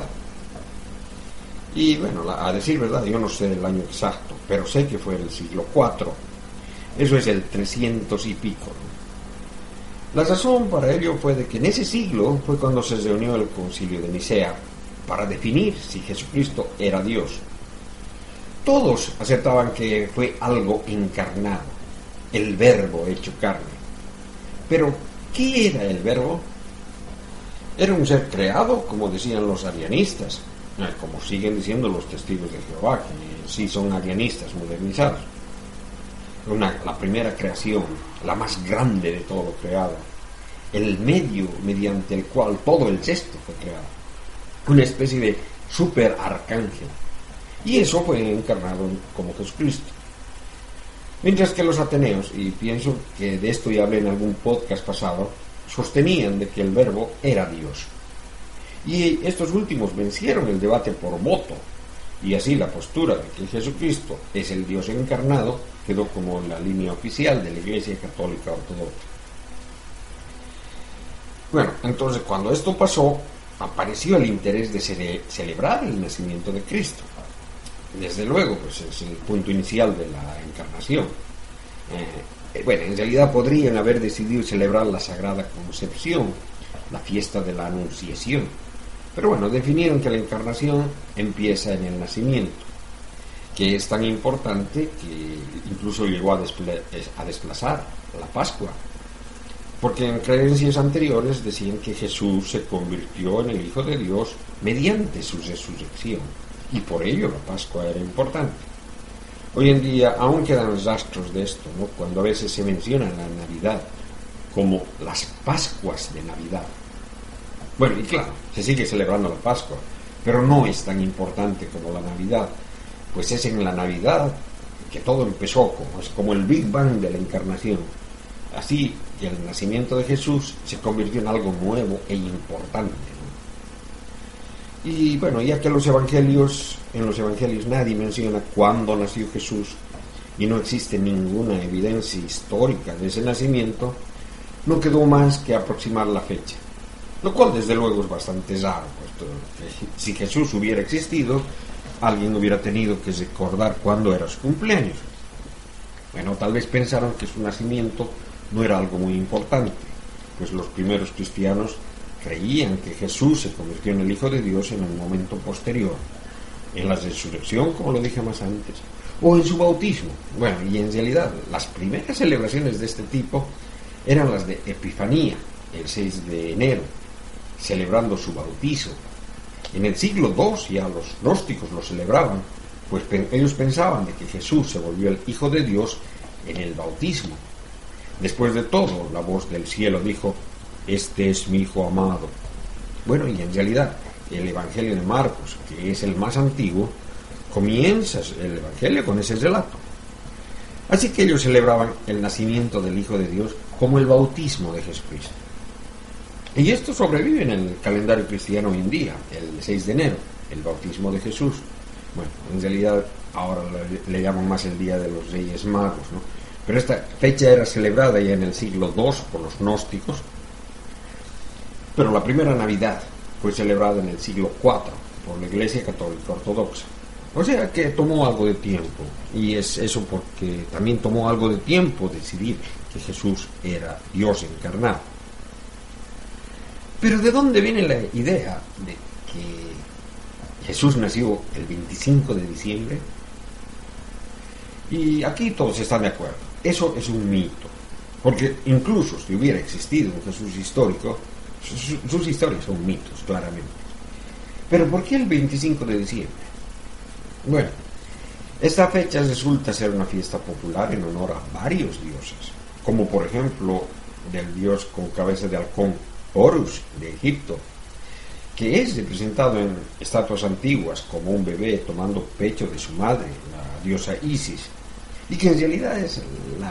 [SPEAKER 13] Y bueno, a decir verdad, yo no sé el año exacto, pero sé que fue el siglo IV. Eso es el 300 y pico, ¿no? La razón para ello fue de que en ese siglo fue cuando se reunió el Concilio de Nicea para definir si Jesucristo era Dios. Todos aceptaban que fue algo encarnado, el Verbo hecho carne. Pero, ¿qué era el Verbo? Era un ser creado, como decían los arianistas, como siguen diciendo los testigos de Jehová, que sí son arianistas modernizados. La primera creación, la más grande de todo lo creado, el medio mediante el cual todo el resto fue creado, una especie de super arcángel, y eso fue encarnado como Jesucristo. Mientras que los ateneos, y pienso que de esto ya hablé en algún podcast pasado, sostenían de que el Verbo era Dios, y estos últimos vencieron el debate por voto, y así la postura de que Jesucristo es el Dios encarnado quedó como la línea oficial de la Iglesia Católica Ortodoxa. Bueno, entonces cuando esto pasó, apareció el interés de celebrar el nacimiento de Cristo. Desde luego, pues es el punto inicial de la encarnación. Bueno, en realidad podrían haber decidido celebrar la Sagrada Concepción, la fiesta de la Anunciación. Pero bueno, definieron que la encarnación empieza en el nacimiento, que es tan importante que incluso llegó a desplazar la Pascua. porque en creencias anteriores decían que Jesús se convirtió en el Hijo de Dios mediante su resurrección, y por ello la Pascua era importante. Hoy en día aún quedan rastros de esto, ¿no? Cuando a veces se menciona la Navidad como las Pascuas de Navidad. Bueno, y claro, se sigue celebrando la Pascua, pero no es tan importante como la Navidad, pues es en la Navidad que todo empezó, como el Big Bang de la Encarnación. Así que el nacimiento de Jesús se convirtió en algo nuevo e importante, ¿no? Y bueno, ya que en los evangelios nadie menciona cuándo nació Jesús y no existe ninguna evidencia histórica de ese nacimiento, no quedó más que aproximar la fecha, lo cual desde luego es bastante raro, puesto que si Jesús hubiera existido, alguien hubiera tenido que recordar cuándo era su cumpleaños. Bueno, tal vez pensaron que su nacimiento no era algo muy importante, pues los primeros cristianos creían que Jesús se convirtió en el Hijo de Dios en un momento posterior, en la resurrección, como lo dije más antes, o en su bautismo. Bueno, y en realidad las primeras celebraciones de este tipo eran las de Epifanía, el 6 de enero, celebrando su bautizo. En el siglo II ya los gnósticos lo celebraban, pues ellos pensaban de que Jesús se volvió el Hijo de Dios en el bautismo. Después de todo, la voz del cielo dijo: "Este es mi Hijo amado". Bueno, y en realidad el Evangelio de Marcos, que es el más antiguo, comienza el Evangelio con ese relato. Así que ellos celebraban el nacimiento del Hijo de Dios como el bautismo de Jesucristo. Y esto sobrevive en el calendario cristiano hoy en día, el 6 de enero, el bautismo de Jesús. Bueno, en realidad ahora le llaman más el Día de los Reyes Magos, ¿no? Pero esta fecha era celebrada ya en el siglo II por los gnósticos, pero la primera Navidad fue celebrada en el siglo IV por la Iglesia Católica Ortodoxa. O sea que tomó algo de tiempo, y es eso porque también tomó algo de tiempo decidir que Jesús era Dios encarnado. Pero ¿de dónde viene la idea de que Jesús nació el 25 de diciembre? Y aquí todos están de acuerdo. Eso es un mito, porque incluso si hubiera existido un Jesús histórico, sus historias son mitos, claramente. Pero ¿por qué el 25 de diciembre? Bueno, esta fecha resulta ser una fiesta popular en honor a varios dioses, como por ejemplo del dios con cabeza de halcón Horus de Egipto, que es representado en estatuas antiguas como un bebé tomando pecho de su madre, la diosa Isis, y que en realidad es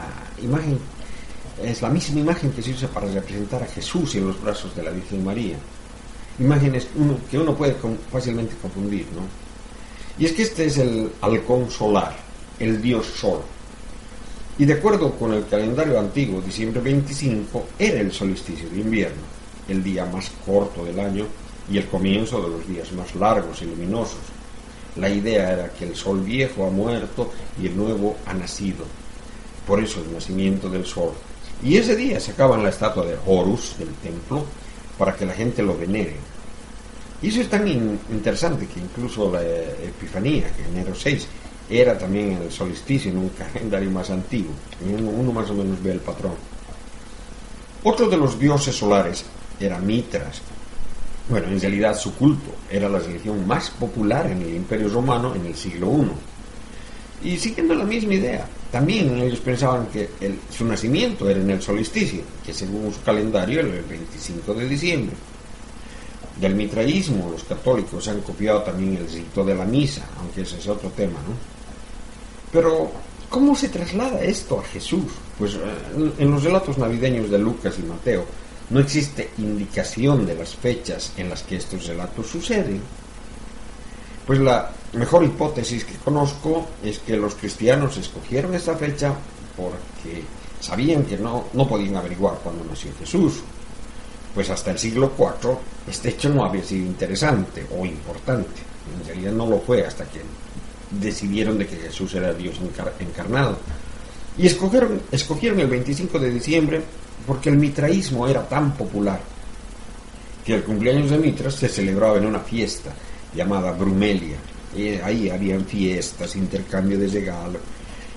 [SPEAKER 13] la misma imagen que se usa para representar a Jesús en los brazos de la Virgen María. Imágenes que uno puede fácilmente confundir, ¿no? Y es que este es el halcón solar, el dios Sol. Y de acuerdo con el calendario antiguo, diciembre 25 era el solsticio de invierno, el día más corto del año y el comienzo de los días más largos y luminosos. La idea era que el sol viejo ha muerto y el nuevo ha nacido. Por eso el nacimiento del sol. Y ese día sacaban la estatua de Horus del templo para que la gente lo venere. Y eso es tan interesante que incluso la Epifanía, que enero 6, era también el solsticio en un calendario más antiguo. Uno más o menos ve el patrón. Otro de los dioses solares era Mitras. Bueno, en realidad su culto era la religión más popular en el Imperio Romano en el siglo I. Y siguiendo la misma idea, también ellos pensaban que su nacimiento era en el solsticio, que según su calendario era el 25 de diciembre. Del mitraísmo, los católicos han copiado también el rito de la misa, aunque ese es otro tema, ¿no? Pero, ¿cómo se traslada esto a Jesús? Pues en los relatos navideños de Lucas y Mateo no existe indicación de las fechas en las que estos relatos suceden. Pues la mejor hipótesis que conozco es que los cristianos escogieron esta fecha porque sabían que no podían averiguar cuándo nació Jesús. Pues hasta el siglo IV este hecho no había sido interesante o importante. En realidad no lo fue hasta que decidieron de que Jesús era Dios encarnado. Y escogieron el 25 de diciembre porque el mitraísmo era tan popular que el cumpleaños de Mitras se celebraba en una fiesta llamada Brumelia. Y ahí habían fiestas, intercambio de regalos,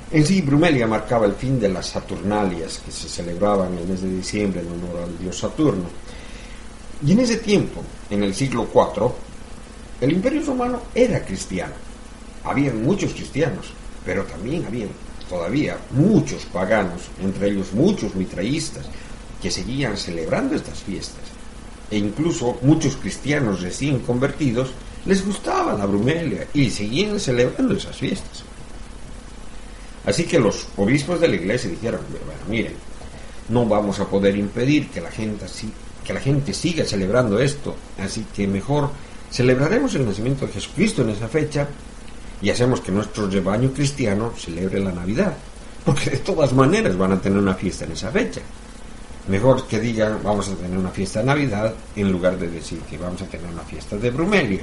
[SPEAKER 13] En sí, Brumelia marcaba el fin de las Saturnalias que se celebraban en el mes de diciembre en honor al dios Saturno. Y en ese tiempo, en el siglo IV, el Imperio Romano era cristiano. Había muchos cristianos, pero también había todavía muchos paganos, entre ellos muchos mitraístas, que seguían celebrando estas fiestas. E incluso muchos cristianos recién convertidos les gustaba la Brumelia y seguían celebrando esas fiestas. Así que los obispos de la iglesia dijeron, bueno, miren, no vamos a poder impedir que la gente siga celebrando esto, así que mejor celebraremos el nacimiento de Jesucristo en esa fecha y hacemos que nuestro rebaño cristiano celebre la Navidad, porque de todas maneras van a tener una fiesta en esa fecha. Mejor que digan vamos a tener una fiesta de Navidad en lugar de decir que vamos a tener una fiesta de Brumelia.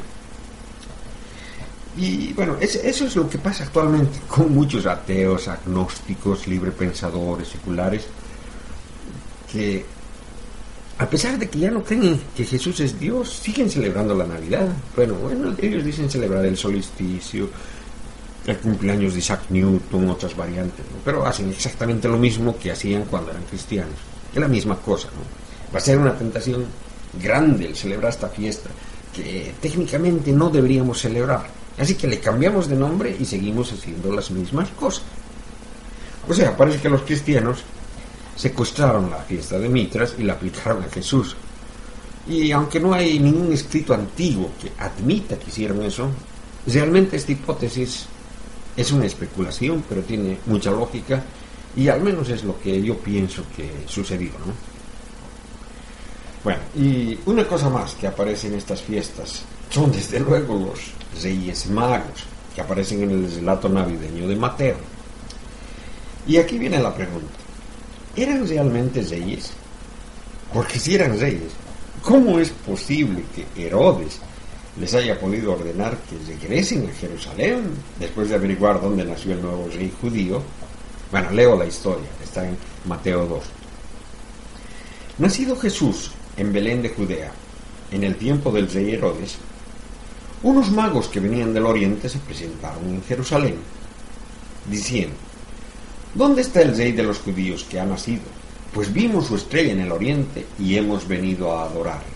[SPEAKER 13] Y bueno, eso es lo que pasa actualmente con muchos ateos, agnósticos, librepensadores, seculares, que a pesar de que ya no creen que Jesús es Dios, siguen celebrando la Navidad. Bueno, ellos dicen celebrar el solsticio, el cumpleaños de Isaac Newton, otras variantes, ¿no? Pero hacen exactamente lo mismo que hacían cuando eran cristianos. Es la misma cosa, ¿no? Va a ser una tentación grande el celebrar esta fiesta, que técnicamente no deberíamos celebrar. Así que le cambiamos de nombre y seguimos haciendo las mismas cosas. O sea, parece que los cristianos secuestraron la fiesta de Mitras y la aplicaron a Jesús. Y aunque no hay ningún escrito antiguo que admita que hicieron eso, realmente esta hipótesis es una especulación, pero tiene mucha lógica y al menos es lo que yo pienso que sucedió, ¿no? Bueno, y una cosa más que aparece en estas fiestas son desde luego los Reyes Magos, que aparecen en el relato navideño de Mateo. Y aquí viene la pregunta: ¿eran realmente reyes? Porque si eran reyes, ¿cómo es posible que Herodes les haya podido ordenar que regresen a Jerusalén después de averiguar dónde nació el nuevo rey judío? Bueno, leo la historia, está en Mateo 2. Nacido Jesús en Belén de Judea, en el tiempo del rey Herodes, unos magos que venían del oriente se presentaron en Jerusalén, diciendo: ¿dónde está el rey de los judíos que ha nacido? Pues vimos su estrella en el oriente y hemos venido a adorarle.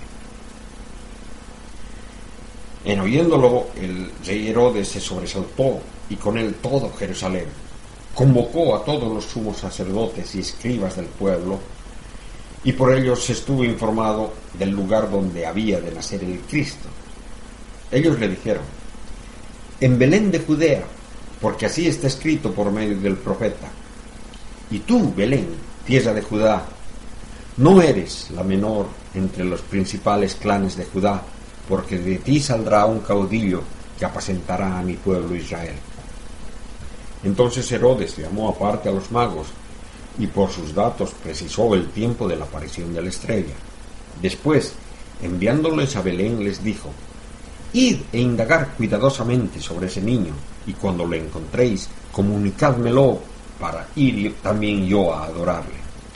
[SPEAKER 13] En oyéndolo, el rey Herodes se sobresaltó y con él todo Jerusalén. Convocó a todos los sumos sacerdotes y escribas del pueblo, y por ellos se estuvo informado del lugar donde había de nacer el Cristo. Ellos le dijeron: en Belén de Judea, porque así está escrito por medio del profeta. Y tú, Belén, tierra de Judá, no eres la menor entre los principales clanes de Judá, porque de ti saldrá un caudillo que apacentará a mi pueblo Israel. Entonces Herodes llamó aparte a los magos y por sus datos precisó el tiempo de la aparición de la estrella. Después, enviándoles a Belén, les dijo: id e indagar cuidadosamente sobre ese niño, y cuando lo encontréis, comunicádmelo para ir también yo a adorarle.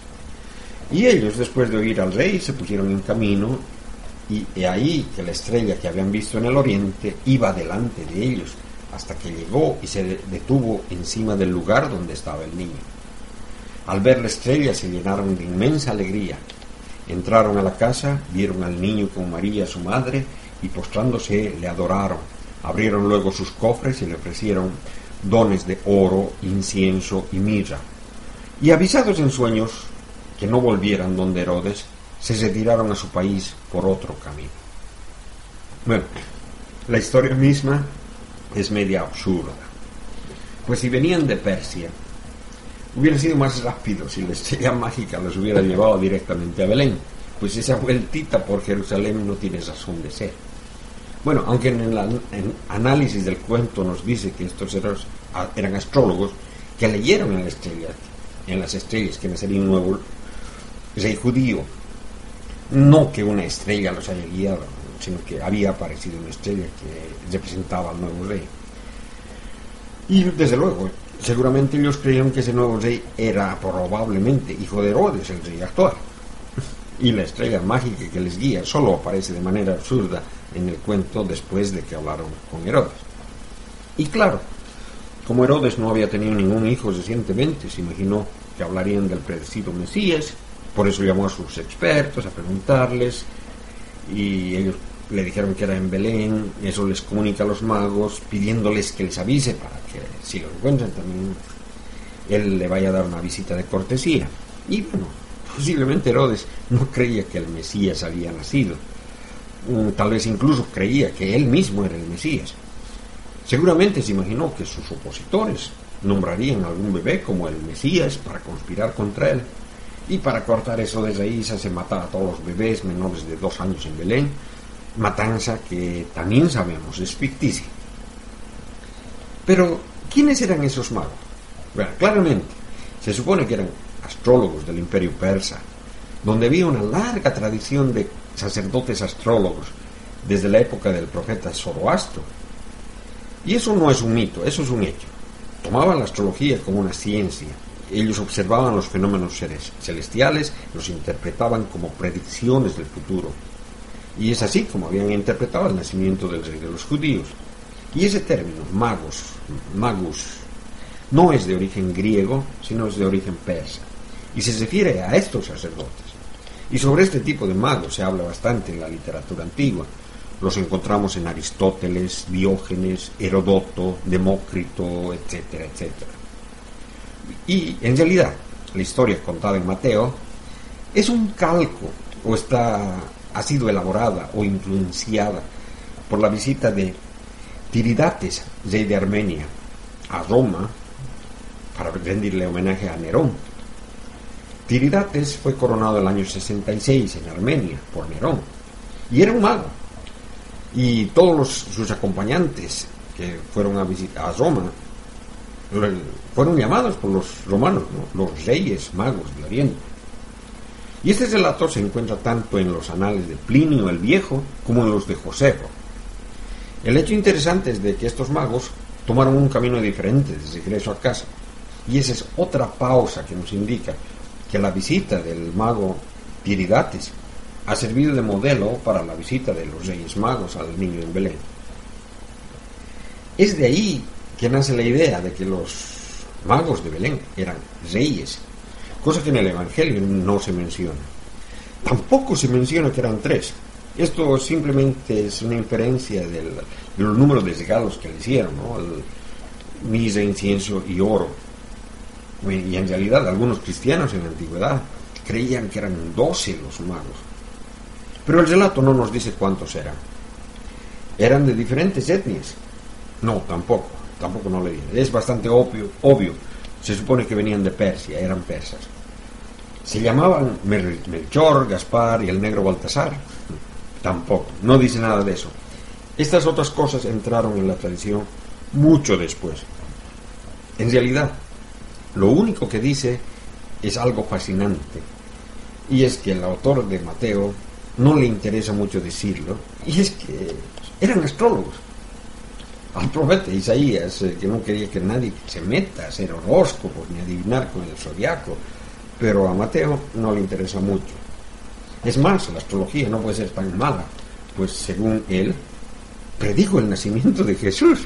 [SPEAKER 13] Y ellos, después de oír al rey, se pusieron en camino, y he ahí que la estrella que habían visto en el oriente iba delante de ellos, hasta que llegó y se detuvo encima del lugar donde estaba el niño. Al ver la estrella se llenaron de inmensa alegría. Entraron a la casa, vieron al niño con María su madre, y postrándose le adoraron. Abrieron luego sus cofres y le ofrecieron dones de oro, incienso y mirra. Y avisados en sueños que no volvieran donde Herodes, se retiraron a su país por otro camino. Bueno, la historia misma es media absurda. Pues si venían de Persia, hubiera sido más rápido si la estrella mágica los hubiera llevado directamente a Belén, pues esa vueltita por Jerusalén no tiene razón de ser. Bueno, aunque en el análisis del cuento nos dice que estos eran astrólogos que leyeron en las estrellas que nacería un nuevo rey judío, no que una estrella los haya guiado, sino que había aparecido una estrella que representaba al nuevo rey. Y desde luego, seguramente ellos creyeron que ese nuevo rey era probablemente hijo de Herodes, el rey actual. Y la estrella mágica que les guía solo aparece de manera absurda en el cuento después de que hablaron con Herodes. Y claro, Como Herodes no había tenido ningún hijo recientemente, se imaginó que hablarían del predecido Mesías, por eso llamó a sus expertos a preguntarles, y ellos le dijeron que era en Belén. Eso les comunica a los magos, pidiéndoles que les avise para que, si lo encuentran, también él le vaya a dar una visita de cortesía. Y bueno, posiblemente Herodes no creía que el Mesías había nacido, tal vez incluso creía que él mismo era el Mesías. Seguramente se imaginó que sus opositores nombrarían a algún bebé como el Mesías para conspirar contra él, y para cortar eso de raíz se mataba a todos los bebés menores de 2 años en Belén, matanza que también sabemos es ficticia. Pero, ¿quiénes eran esos magos? Bueno, claramente, se supone que eran astrólogos del Imperio Persa, donde había una larga tradición de sacerdotes astrólogos desde la época del profeta Zoroastro. Y eso no es un mito, eso es un hecho. Tomaban la astrología como una ciencia. Ellos observaban los fenómenos celestiales, los interpretaban como predicciones del futuro. Y es así como habían interpretado el nacimiento del rey de los judíos. Y ese término, magus, no es de origen griego, sino es de origen persa, y se refiere a estos sacerdotes. Y sobre este tipo de magos se habla bastante en la literatura antigua. Los encontramos en Aristóteles, Diógenes, Heródoto, Demócrito, etcétera, etcétera. Y en realidad, la historia contada en Mateo es un calco, o ha sido elaborada o influenciada por la visita de Tiridates, rey de Armenia, a Roma para rendirle homenaje a Nerón. Tiridates fue coronado el año 66 en Armenia por Nerón, y era un mago. Y todos sus acompañantes que fueron a visitar a Roma fueron llamados por los romanos, ¿no?, los reyes magos de Oriente. Y este relato se encuentra tanto en los anales de Plinio el Viejo como en los de Josefo. El hecho interesante es de que estos magos tomaron un camino diferente de regreso a casa, y esa es otra pausa que nos indica que la visita del mago Tiridates ha servido de modelo para la visita de los Reyes Magos al niño en Belén. Es de ahí que nace la idea de que los magos de Belén eran reyes, cosa que en el Evangelio no se menciona. Tampoco se menciona que eran 3. Esto simplemente es una inferencia de los números de regalos que le hicieron, ¿no? Mirra, incienso y oro. Y en realidad algunos cristianos en la antigüedad creían que eran 12 los magos. Pero el relato no nos dice cuántos eran. ¿Eran de diferentes etnias? No, tampoco no le dice. Es bastante obvio. Se supone que venían de Persia, eran persas. ¿Se llamaban Melchor, Gaspar y el negro Baltasar? Tampoco, no dice nada de eso. Estas otras cosas entraron en la tradición mucho después. En realidad, lo único que dice es algo fascinante, y es que el autor de Mateo no le interesa mucho decirlo, y es que eran astrólogos. Al profeta Isaías, que no quería que nadie se meta a hacer horóscopos ni adivinar con el zodiaco, pero a Mateo no le interesa mucho. Es más, la astrología no puede ser tan mala, pues según él, predijo el nacimiento de Jesús.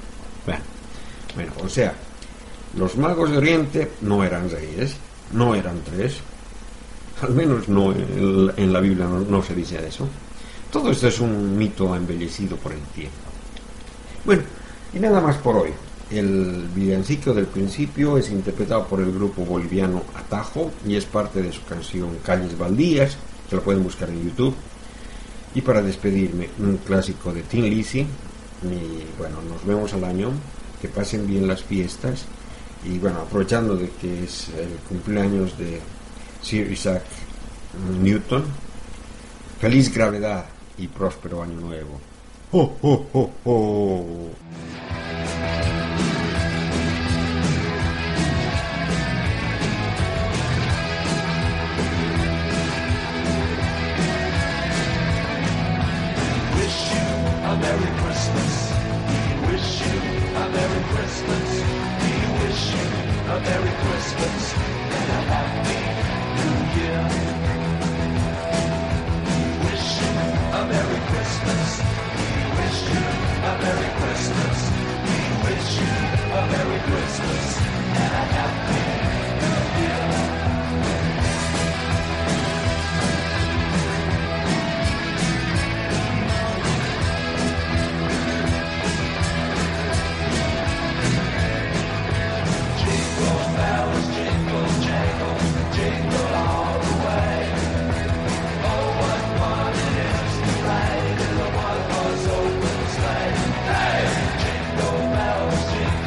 [SPEAKER 13] Bueno, o sea, los magos de Oriente no eran reyes, no eran 3, al menos no en la Biblia no se dice eso. Todo esto es un mito embellecido por el tiempo. Bueno, y nada más por hoy. El villancico del principio es interpretado por el grupo boliviano Atajo y es parte de su canción Calles Baldías, que lo pueden buscar en YouTube. Y para despedirme, un clásico de Tin Lizzy. Y bueno, nos vemos al año. Que pasen bien las fiestas. Y bueno, aprovechando de que es el cumpleaños de Sir Isaac Newton, feliz gravedad y próspero año nuevo. ¡Ho, ho, ho, ho!
[SPEAKER 12] Merry Christmas. We wish you a Merry Christmas. We wish you a Merry Christmas and a Happy New Year. We wish you a Merry Christmas. We wish you a Merry Christmas. We wish you a Merry Christmas and a Happy New Year. Jingle bells, jingle jangle, jingle all the way. Oh, what fun it is to ride in a one-horse open sleigh. Hey! Jingle bells,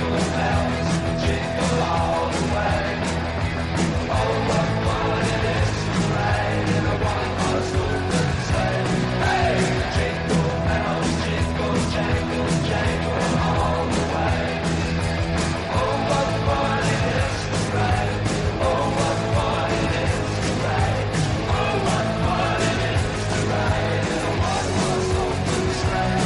[SPEAKER 12] jingle all the way. Oh, what fun it is to ride in a one-horse open sleigh. Hey! Jingle bells, jingle jangle, jangle all the way. Oh, what fun it is to ride. Oh, what fun it is to ride. Oh, what fun it is to ride in a one-horse open sleigh.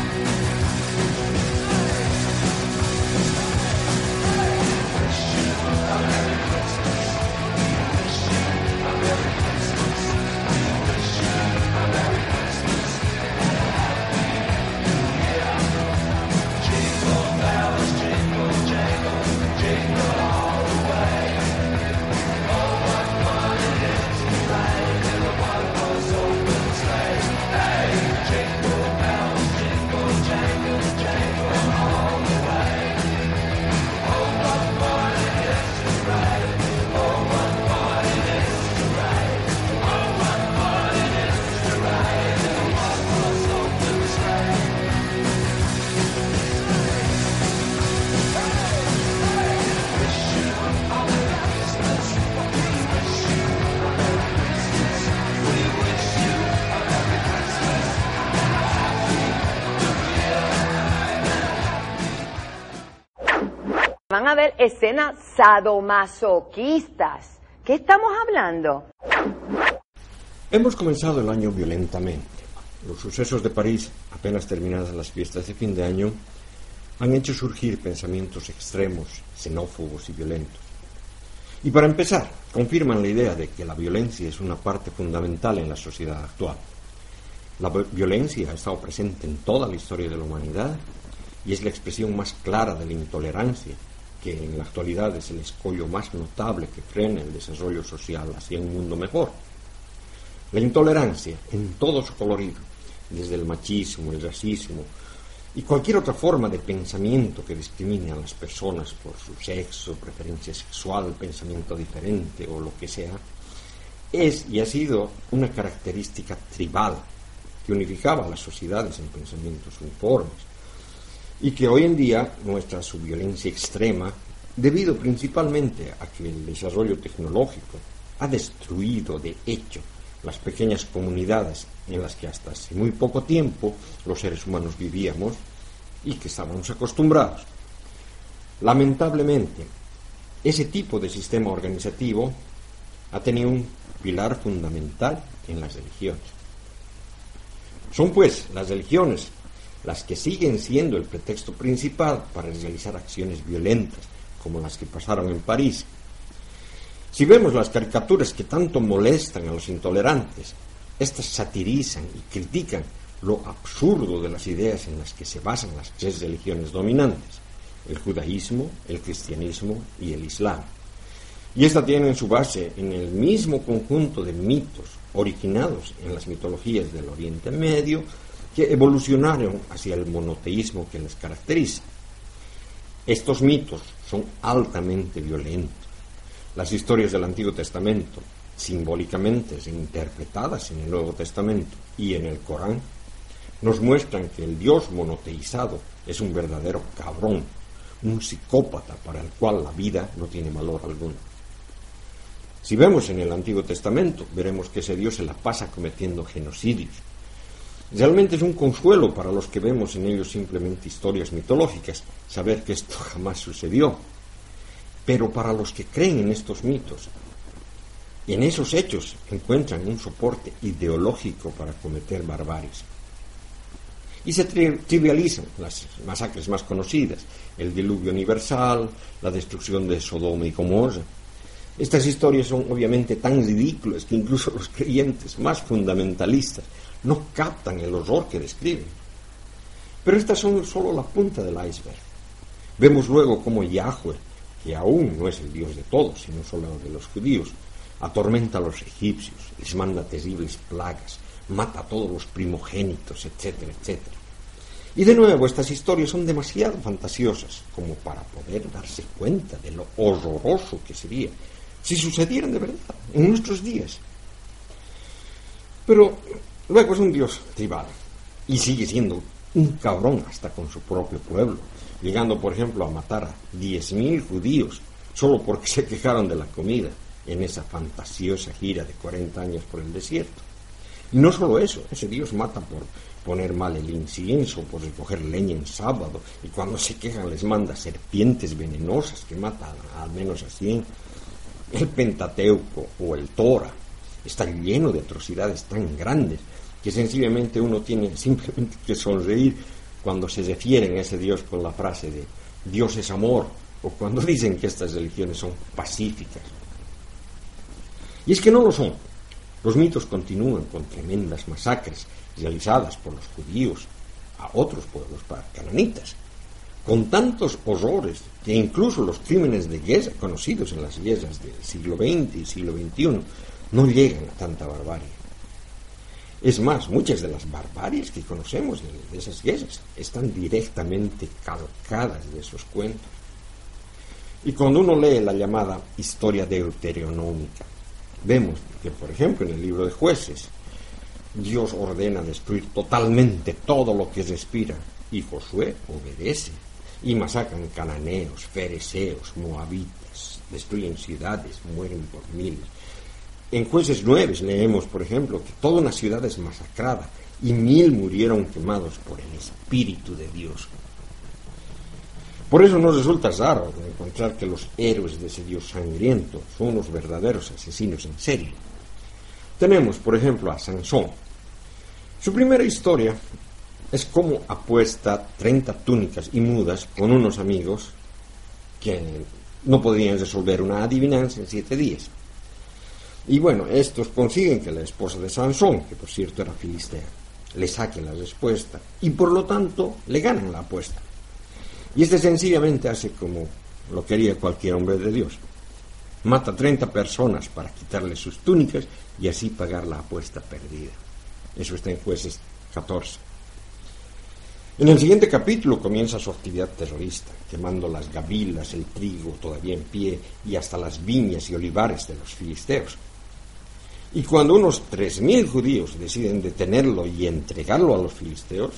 [SPEAKER 12] Wish you a Merry Christmas. Wish you a Merry Christmas. Wish you a Merry Christmas and a Happy New Year. Jingle bells, jingle jangle, jingle all the way. Oh, what fun it is to ride in a one-horse open sleigh. Hey! Jingle bells, jingle jangle, jangle all the way. Oh, what fun it is to ride. Oh, what fun it is to ride. Oh, what fun it is to ride in a one-horse open sleigh. Wish you a Merry Christmas. We wish you a Merry Christmas. We wish you a Merry Christmas and a Happy New Year.
[SPEAKER 11] Van a ver escenas sadomasoquistas. ¿Qué estamos hablando?
[SPEAKER 13] Hemos comenzado el año violentamente. Los sucesos de París, apenas terminadas las fiestas de fin de año, han hecho surgir pensamientos extremos, xenófobos y violentos. Y para empezar, confirman la idea de que la violencia es una parte fundamental en la sociedad actual. La violencia ha estado presente en toda la historia de la humanidad y es la expresión más clara de la intolerancia, que en la actualidad es el escollo más notable que frena el desarrollo social hacia un mundo mejor. La intolerancia, en todo su colorido, desde el machismo, el racismo y cualquier otra forma de pensamiento que discrimine a las personas por su sexo, preferencia sexual, pensamiento diferente o lo que sea, es y ha sido una característica tribal que unificaba a las sociedades en pensamientos uniformes y que hoy en día muestra su violencia extrema debido principalmente a que el desarrollo tecnológico ha destruido de hecho las pequeñas comunidades en las que hasta hace muy poco tiempo los seres humanos vivíamos y que estábamos acostumbrados. Lamentablemente, ese tipo de sistema organizativo ha tenido un pilar fundamental en las religiones. Son pues las religiones las que siguen siendo el pretexto principal para realizar acciones violentas, como las que pasaron en París. Si vemos las caricaturas que tanto molestan a los intolerantes, estas satirizan y critican lo absurdo de las ideas en las que se basan las tres religiones dominantes, el judaísmo, el cristianismo y el islam. Y esta tiene su base en el mismo conjunto de mitos originados en las mitologías del Oriente Medio que evolucionaron hacia el monoteísmo que les caracteriza. Estos mitos son altamente violentos. Las historias del Antiguo Testamento, simbólicamente interpretadas en el Nuevo Testamento y en el Corán, nos muestran que el Dios monoteizado es un verdadero cabrón, un psicópata para el cual la vida no tiene valor alguno. Si vemos en el Antiguo Testamento, veremos que ese Dios se la pasa cometiendo genocidios. Realmente es un consuelo para los que vemos en ellos simplemente historias mitológicas, saber que esto jamás sucedió. Pero para los que creen en estos mitos, en esos hechos encuentran un soporte ideológico para cometer barbaries. Y se trivializan las masacres más conocidas, el diluvio universal, la destrucción de Sodoma y Gomorra. Estas historias son obviamente tan ridículas que incluso los creyentes más fundamentalistas no captan el horror que describen. Pero estas son solo la punta del iceberg. Vemos luego cómo Yahweh, que aún no es el Dios de todos, sino solo de los judíos, atormenta a los egipcios, les manda terribles plagas, mata a todos los primogénitos, etcétera, etcétera. Y de nuevo, estas historias son demasiado fantasiosas como para poder darse cuenta de lo horroroso que sería si sucedieran de verdad en nuestros días. Pero luego es un Dios tribal y sigue siendo un cabrón hasta con su propio pueblo, llegando por ejemplo a matar a 10.000 judíos solo porque se quejaron de la comida en esa fantasiosa gira de 40 años por el desierto. Y no solo eso, ese Dios mata por poner mal el incienso, por recoger leña en sábado, y cuando se quejan les manda serpientes venenosas que matan al menos a 100. El Pentateuco o el Torah está lleno de atrocidades tan grandes que sencillamente uno tiene simplemente que sonreír cuando se refieren a ese Dios con la frase de Dios es amor, o cuando dicen que estas religiones son pacíficas. Y es que no lo son. Los mitos continúan con tremendas masacres realizadas por los judíos a otros pueblos cananitas, con tantos horrores que incluso los crímenes de guerra conocidos en las guerras del siglo XX y siglo XXI no llegan a tanta barbarie. Es más, muchas de las barbaries que conocemos de esas guerras están directamente calcadas de esos cuentos. Y cuando uno lee la llamada historia deuteronómica, vemos que, por ejemplo, en el libro de Jueces, Dios ordena destruir totalmente todo lo que respira, y Josué obedece, y masacran cananeos, fereceos, moabitas, destruyen ciudades, mueren por miles. En Jueces 9 leemos, por ejemplo, que toda una ciudad es masacrada, y 1,000 murieron quemados por el Espíritu de Dios. Por eso no resulta raro encontrar que los héroes de ese Dios sangriento son unos verdaderos asesinos en serie. Tenemos, por ejemplo, a Sansón. Su primera historia es cómo apuesta 30 túnicas y mudas con unos amigos que no podían resolver una adivinanza en 7 días. Y bueno, estos consiguen que la esposa de Sansón, que por cierto era filistea, le saque la respuesta y por lo tanto le ganan la apuesta. Y este sencillamente hace como lo quería cualquier hombre de Dios. Mata 30 personas para quitarle sus túnicas y así pagar la apuesta perdida. Eso está en Jueces 14. En el siguiente capítulo comienza su actividad terrorista, quemando las gavilas, el trigo todavía en pie y hasta las viñas y olivares de los filisteos. Y cuando unos 3,000 judíos deciden detenerlo y entregarlo a los filisteos,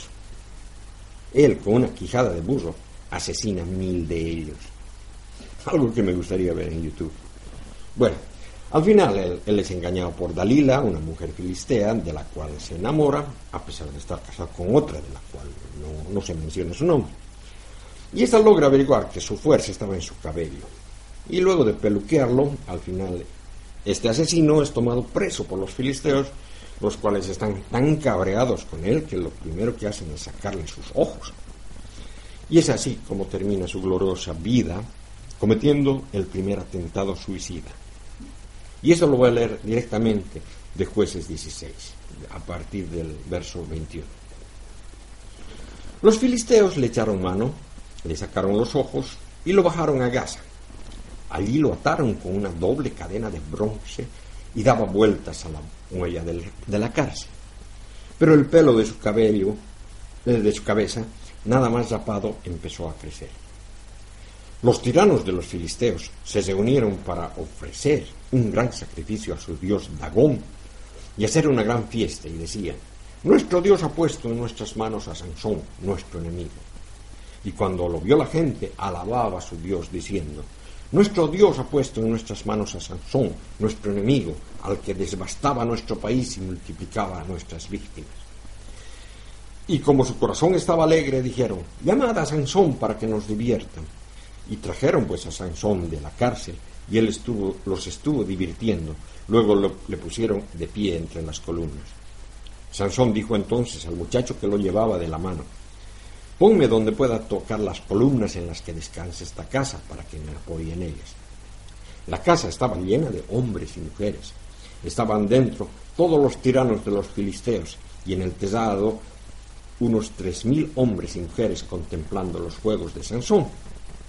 [SPEAKER 13] él, con una quijada de burro, asesina 1,000 de ellos. Algo que me gustaría ver en YouTube. Bueno, al final él es engañado por Dalila, una mujer filistea, de la cual se enamora, a pesar de estar casado con otra, de la cual no se menciona su nombre. Y esta logra averiguar que su fuerza estaba en su cabello. Y luego de peluquearlo, al final, este asesino es tomado preso por los filisteos, los cuales están tan cabreados con él que lo primero que hacen es sacarle sus ojos. Y es así como termina su gloriosa vida, cometiendo el primer atentado suicida. Y eso lo voy a leer directamente de Jueces 16, a partir del verso 21. Los filisteos le echaron mano, le sacaron los ojos y lo bajaron a Gaza. Allí lo ataron con una doble cadena de bronce y daba vueltas a la huella de la cárcel. Pero el pelo de su cabello, de su cabeza, nada más rapado, empezó a crecer. Los tiranos de los filisteos se reunieron para ofrecer un gran sacrificio a su dios Dagón y hacer una gran fiesta, y decían: nuestro Dios ha puesto en nuestras manos a Sansón, nuestro enemigo. Y cuando lo vio la gente, alababa a su Dios diciendo: nuestro Dios ha puesto en nuestras manos a Sansón, nuestro enemigo, al que devastaba nuestro país y multiplicaba a nuestras víctimas. Y como su corazón estaba alegre, dijeron: llamad a Sansón para que nos diviertan. Y trajeron pues a Sansón de la cárcel, y él los estuvo divirtiendo. Luego le pusieron de pie entre las columnas. Sansón dijo entonces al muchacho que lo llevaba de la mano: ponme donde pueda tocar las columnas en las que descansa esta casa, para que me apoye en ellas. La casa estaba llena de hombres y mujeres. Estaban dentro todos los tiranos de los filisteos, y en el tejado unos 3,000 hombres y mujeres contemplando los juegos de Sansón.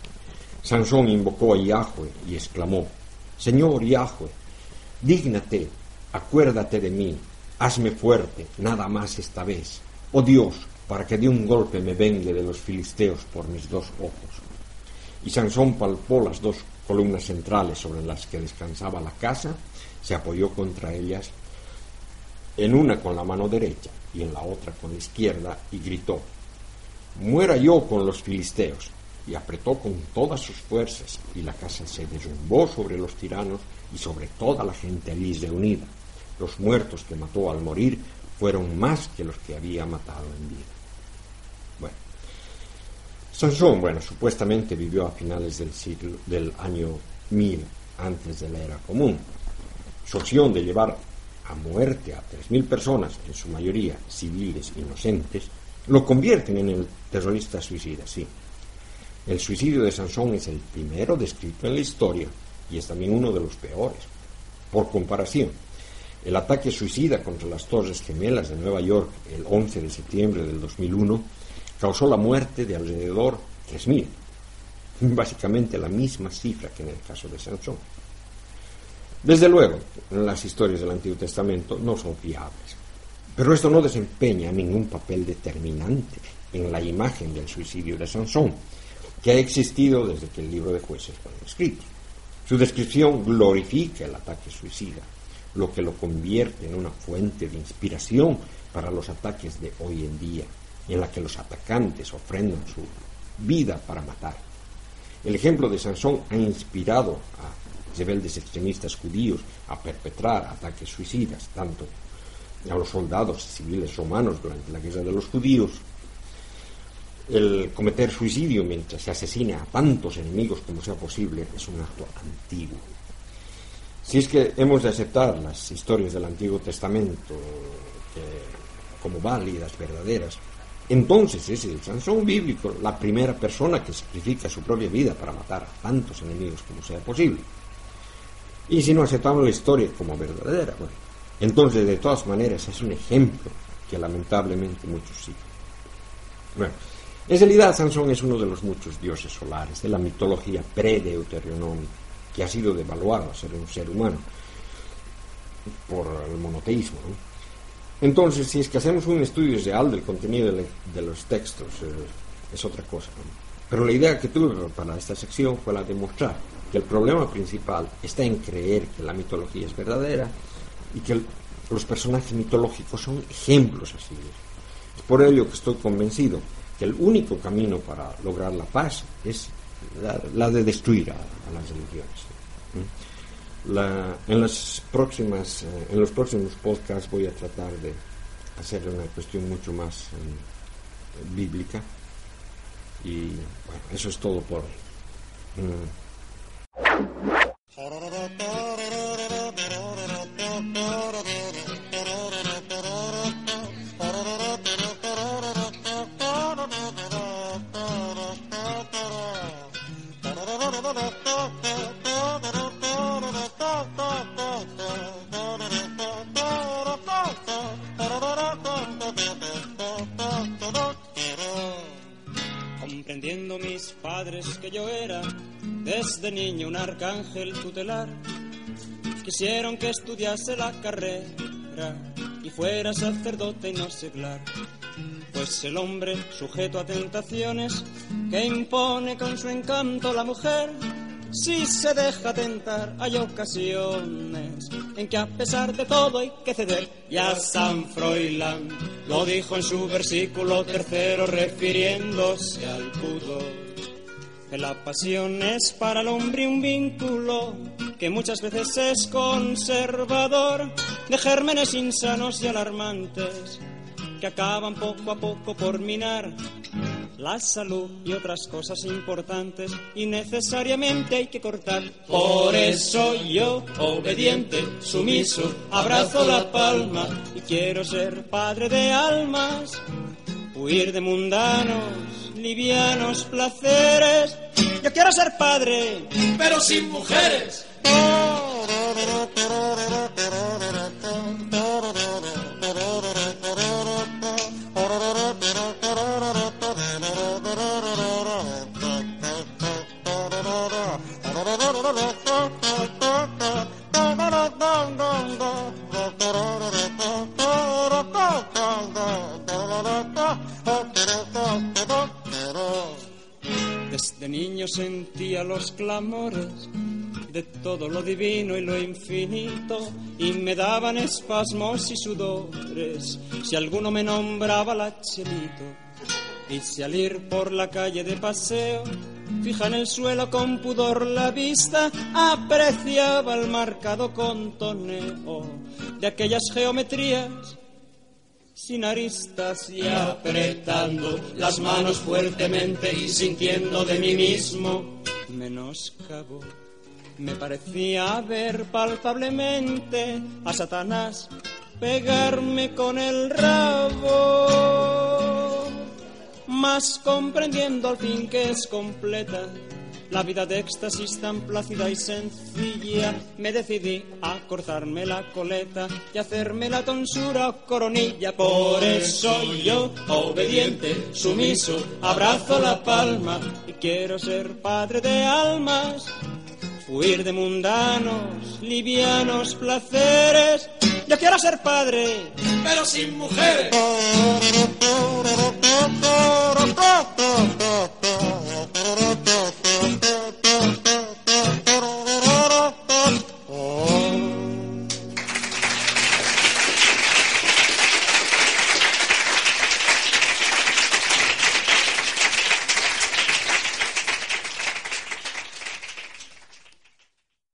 [SPEAKER 13] Sansón invocó a Yahweh y exclamó: Señor Yahweh, dígnate, acuérdate de mí, hazme fuerte, nada más esta vez, oh Dios, para que de un golpe me vengue de los filisteos por mis 2 ojos. Y Sansón palpó las 2 columnas centrales sobre las que descansaba la casa, se apoyó contra ellas, en una con la mano derecha y en la otra con la izquierda, y gritó: muera yo con los filisteos. Y apretó con todas sus fuerzas, y la casa se derrumbó sobre los tiranos y sobre toda la gente allí reunida. Los muertos que mató al morir fueron más que los que había matado en vida. Bueno, Sansón, supuestamente vivió a finales del año 1000 antes de la era común. Su acción de llevar a muerte a 3.000 personas, en su mayoría civiles inocentes, lo convierten en el terrorista suicida, sí. El suicidio de Sansón es el primero descrito en la historia y es también uno de los peores. Por comparación, el ataque suicida contra las Torres Gemelas de Nueva York el 11 de septiembre del 2001 causó la muerte de alrededor 3.000, básicamente la misma cifra que en el caso de Sansón. Desde luego, las historias del Antiguo Testamento no son fiables, pero esto no desempeña ningún papel determinante en la imagen del suicidio de Sansón, que ha existido desde que el libro de Jueces fue escrito. Su descripción glorifica el ataque suicida, lo que lo convierte en una fuente de inspiración para los ataques de hoy en día, en la que los atacantes ofrendan su vida para matar. El ejemplo de Sansón ha inspirado a rebeldes extremistas judíos a perpetrar ataques suicidas, tanto a los soldados civiles romanos durante la guerra de los judíos. El cometer suicidio mientras se asesina a tantos enemigos como sea posible es un acto antiguo. Si es que hemos de aceptar las historias del Antiguo Testamento como válidas, verdaderas, entonces es el Sansón bíblico la primera persona que sacrifica su propia vida para matar a tantos enemigos como sea posible. Y si no aceptamos la historia como verdadera, entonces de todas maneras es un ejemplo que lamentablemente muchos siguen. En realidad Sansón es uno de los muchos dioses solares de la mitología pre-deuteronómica, que ha sido devaluado a ser un ser humano por el monoteísmo, ¿no? Entonces, si es que hacemos un estudio real del contenido de los textos, es otra cosa, ¿no? Pero la idea que tuve para esta sección fue la de mostrar que el problema principal está en creer que la mitología es verdadera y que los personajes mitológicos son ejemplos así. Es por ello que estoy convencido que el único camino para lograr la paz es la de destruir a las religiones. En los próximos podcasts voy a tratar de hacer una cuestión mucho más bíblica, y eso es todo por hoy.
[SPEAKER 14] Comprendiendo mis padres que yo era desde niño un arcángel tutelar, quisieron que estudiase la carrera y fuera sacerdote y no seglar, pues el hombre sujeto a tentaciones que impone con su encanto la mujer, si se deja tentar hay ocasiones en que a pesar de todo hay que ceder. Ya San Froilán lo dijo en su versículo 3, refiriéndose al pudor, que la pasión es para el hombre un vínculo que muchas veces es conservador, de gérmenes insanos y alarmantes que acaban poco a poco por minar la salud y otras cosas importantes, y necesariamente hay que cortar. Por eso yo, obediente, sumiso, abrazo la palma y quiero ser padre de almas, huir de mundanos, livianos placeres. Yo quiero ser padre, pero sin mujeres. Desde niño sentía los clamores de todo lo divino y lo infinito, y me daban espasmos y sudores si alguno me nombraba la Chelito. Y si al ir por la calle de paseo, fija en el suelo con pudor la vista, apreciaba el marcado contoneo de aquellas geometrías sin aristas, y apretando las manos fuertemente y sintiendo de mí mismo menoscabo, me parecía ver palpablemente a Satanás pegarme con el rabo. Mas comprendiendo al fin que es completa la vida de éxtasis tan plácida y sencilla, me decidí a cortarme la coleta y hacerme la tonsura o coronilla. Por eso yo, obediente, sumiso, abrazo la palma y quiero ser padre de almas, huir de mundanos, livianos placeres. Yo quiero ser padre, pero sin mujeres.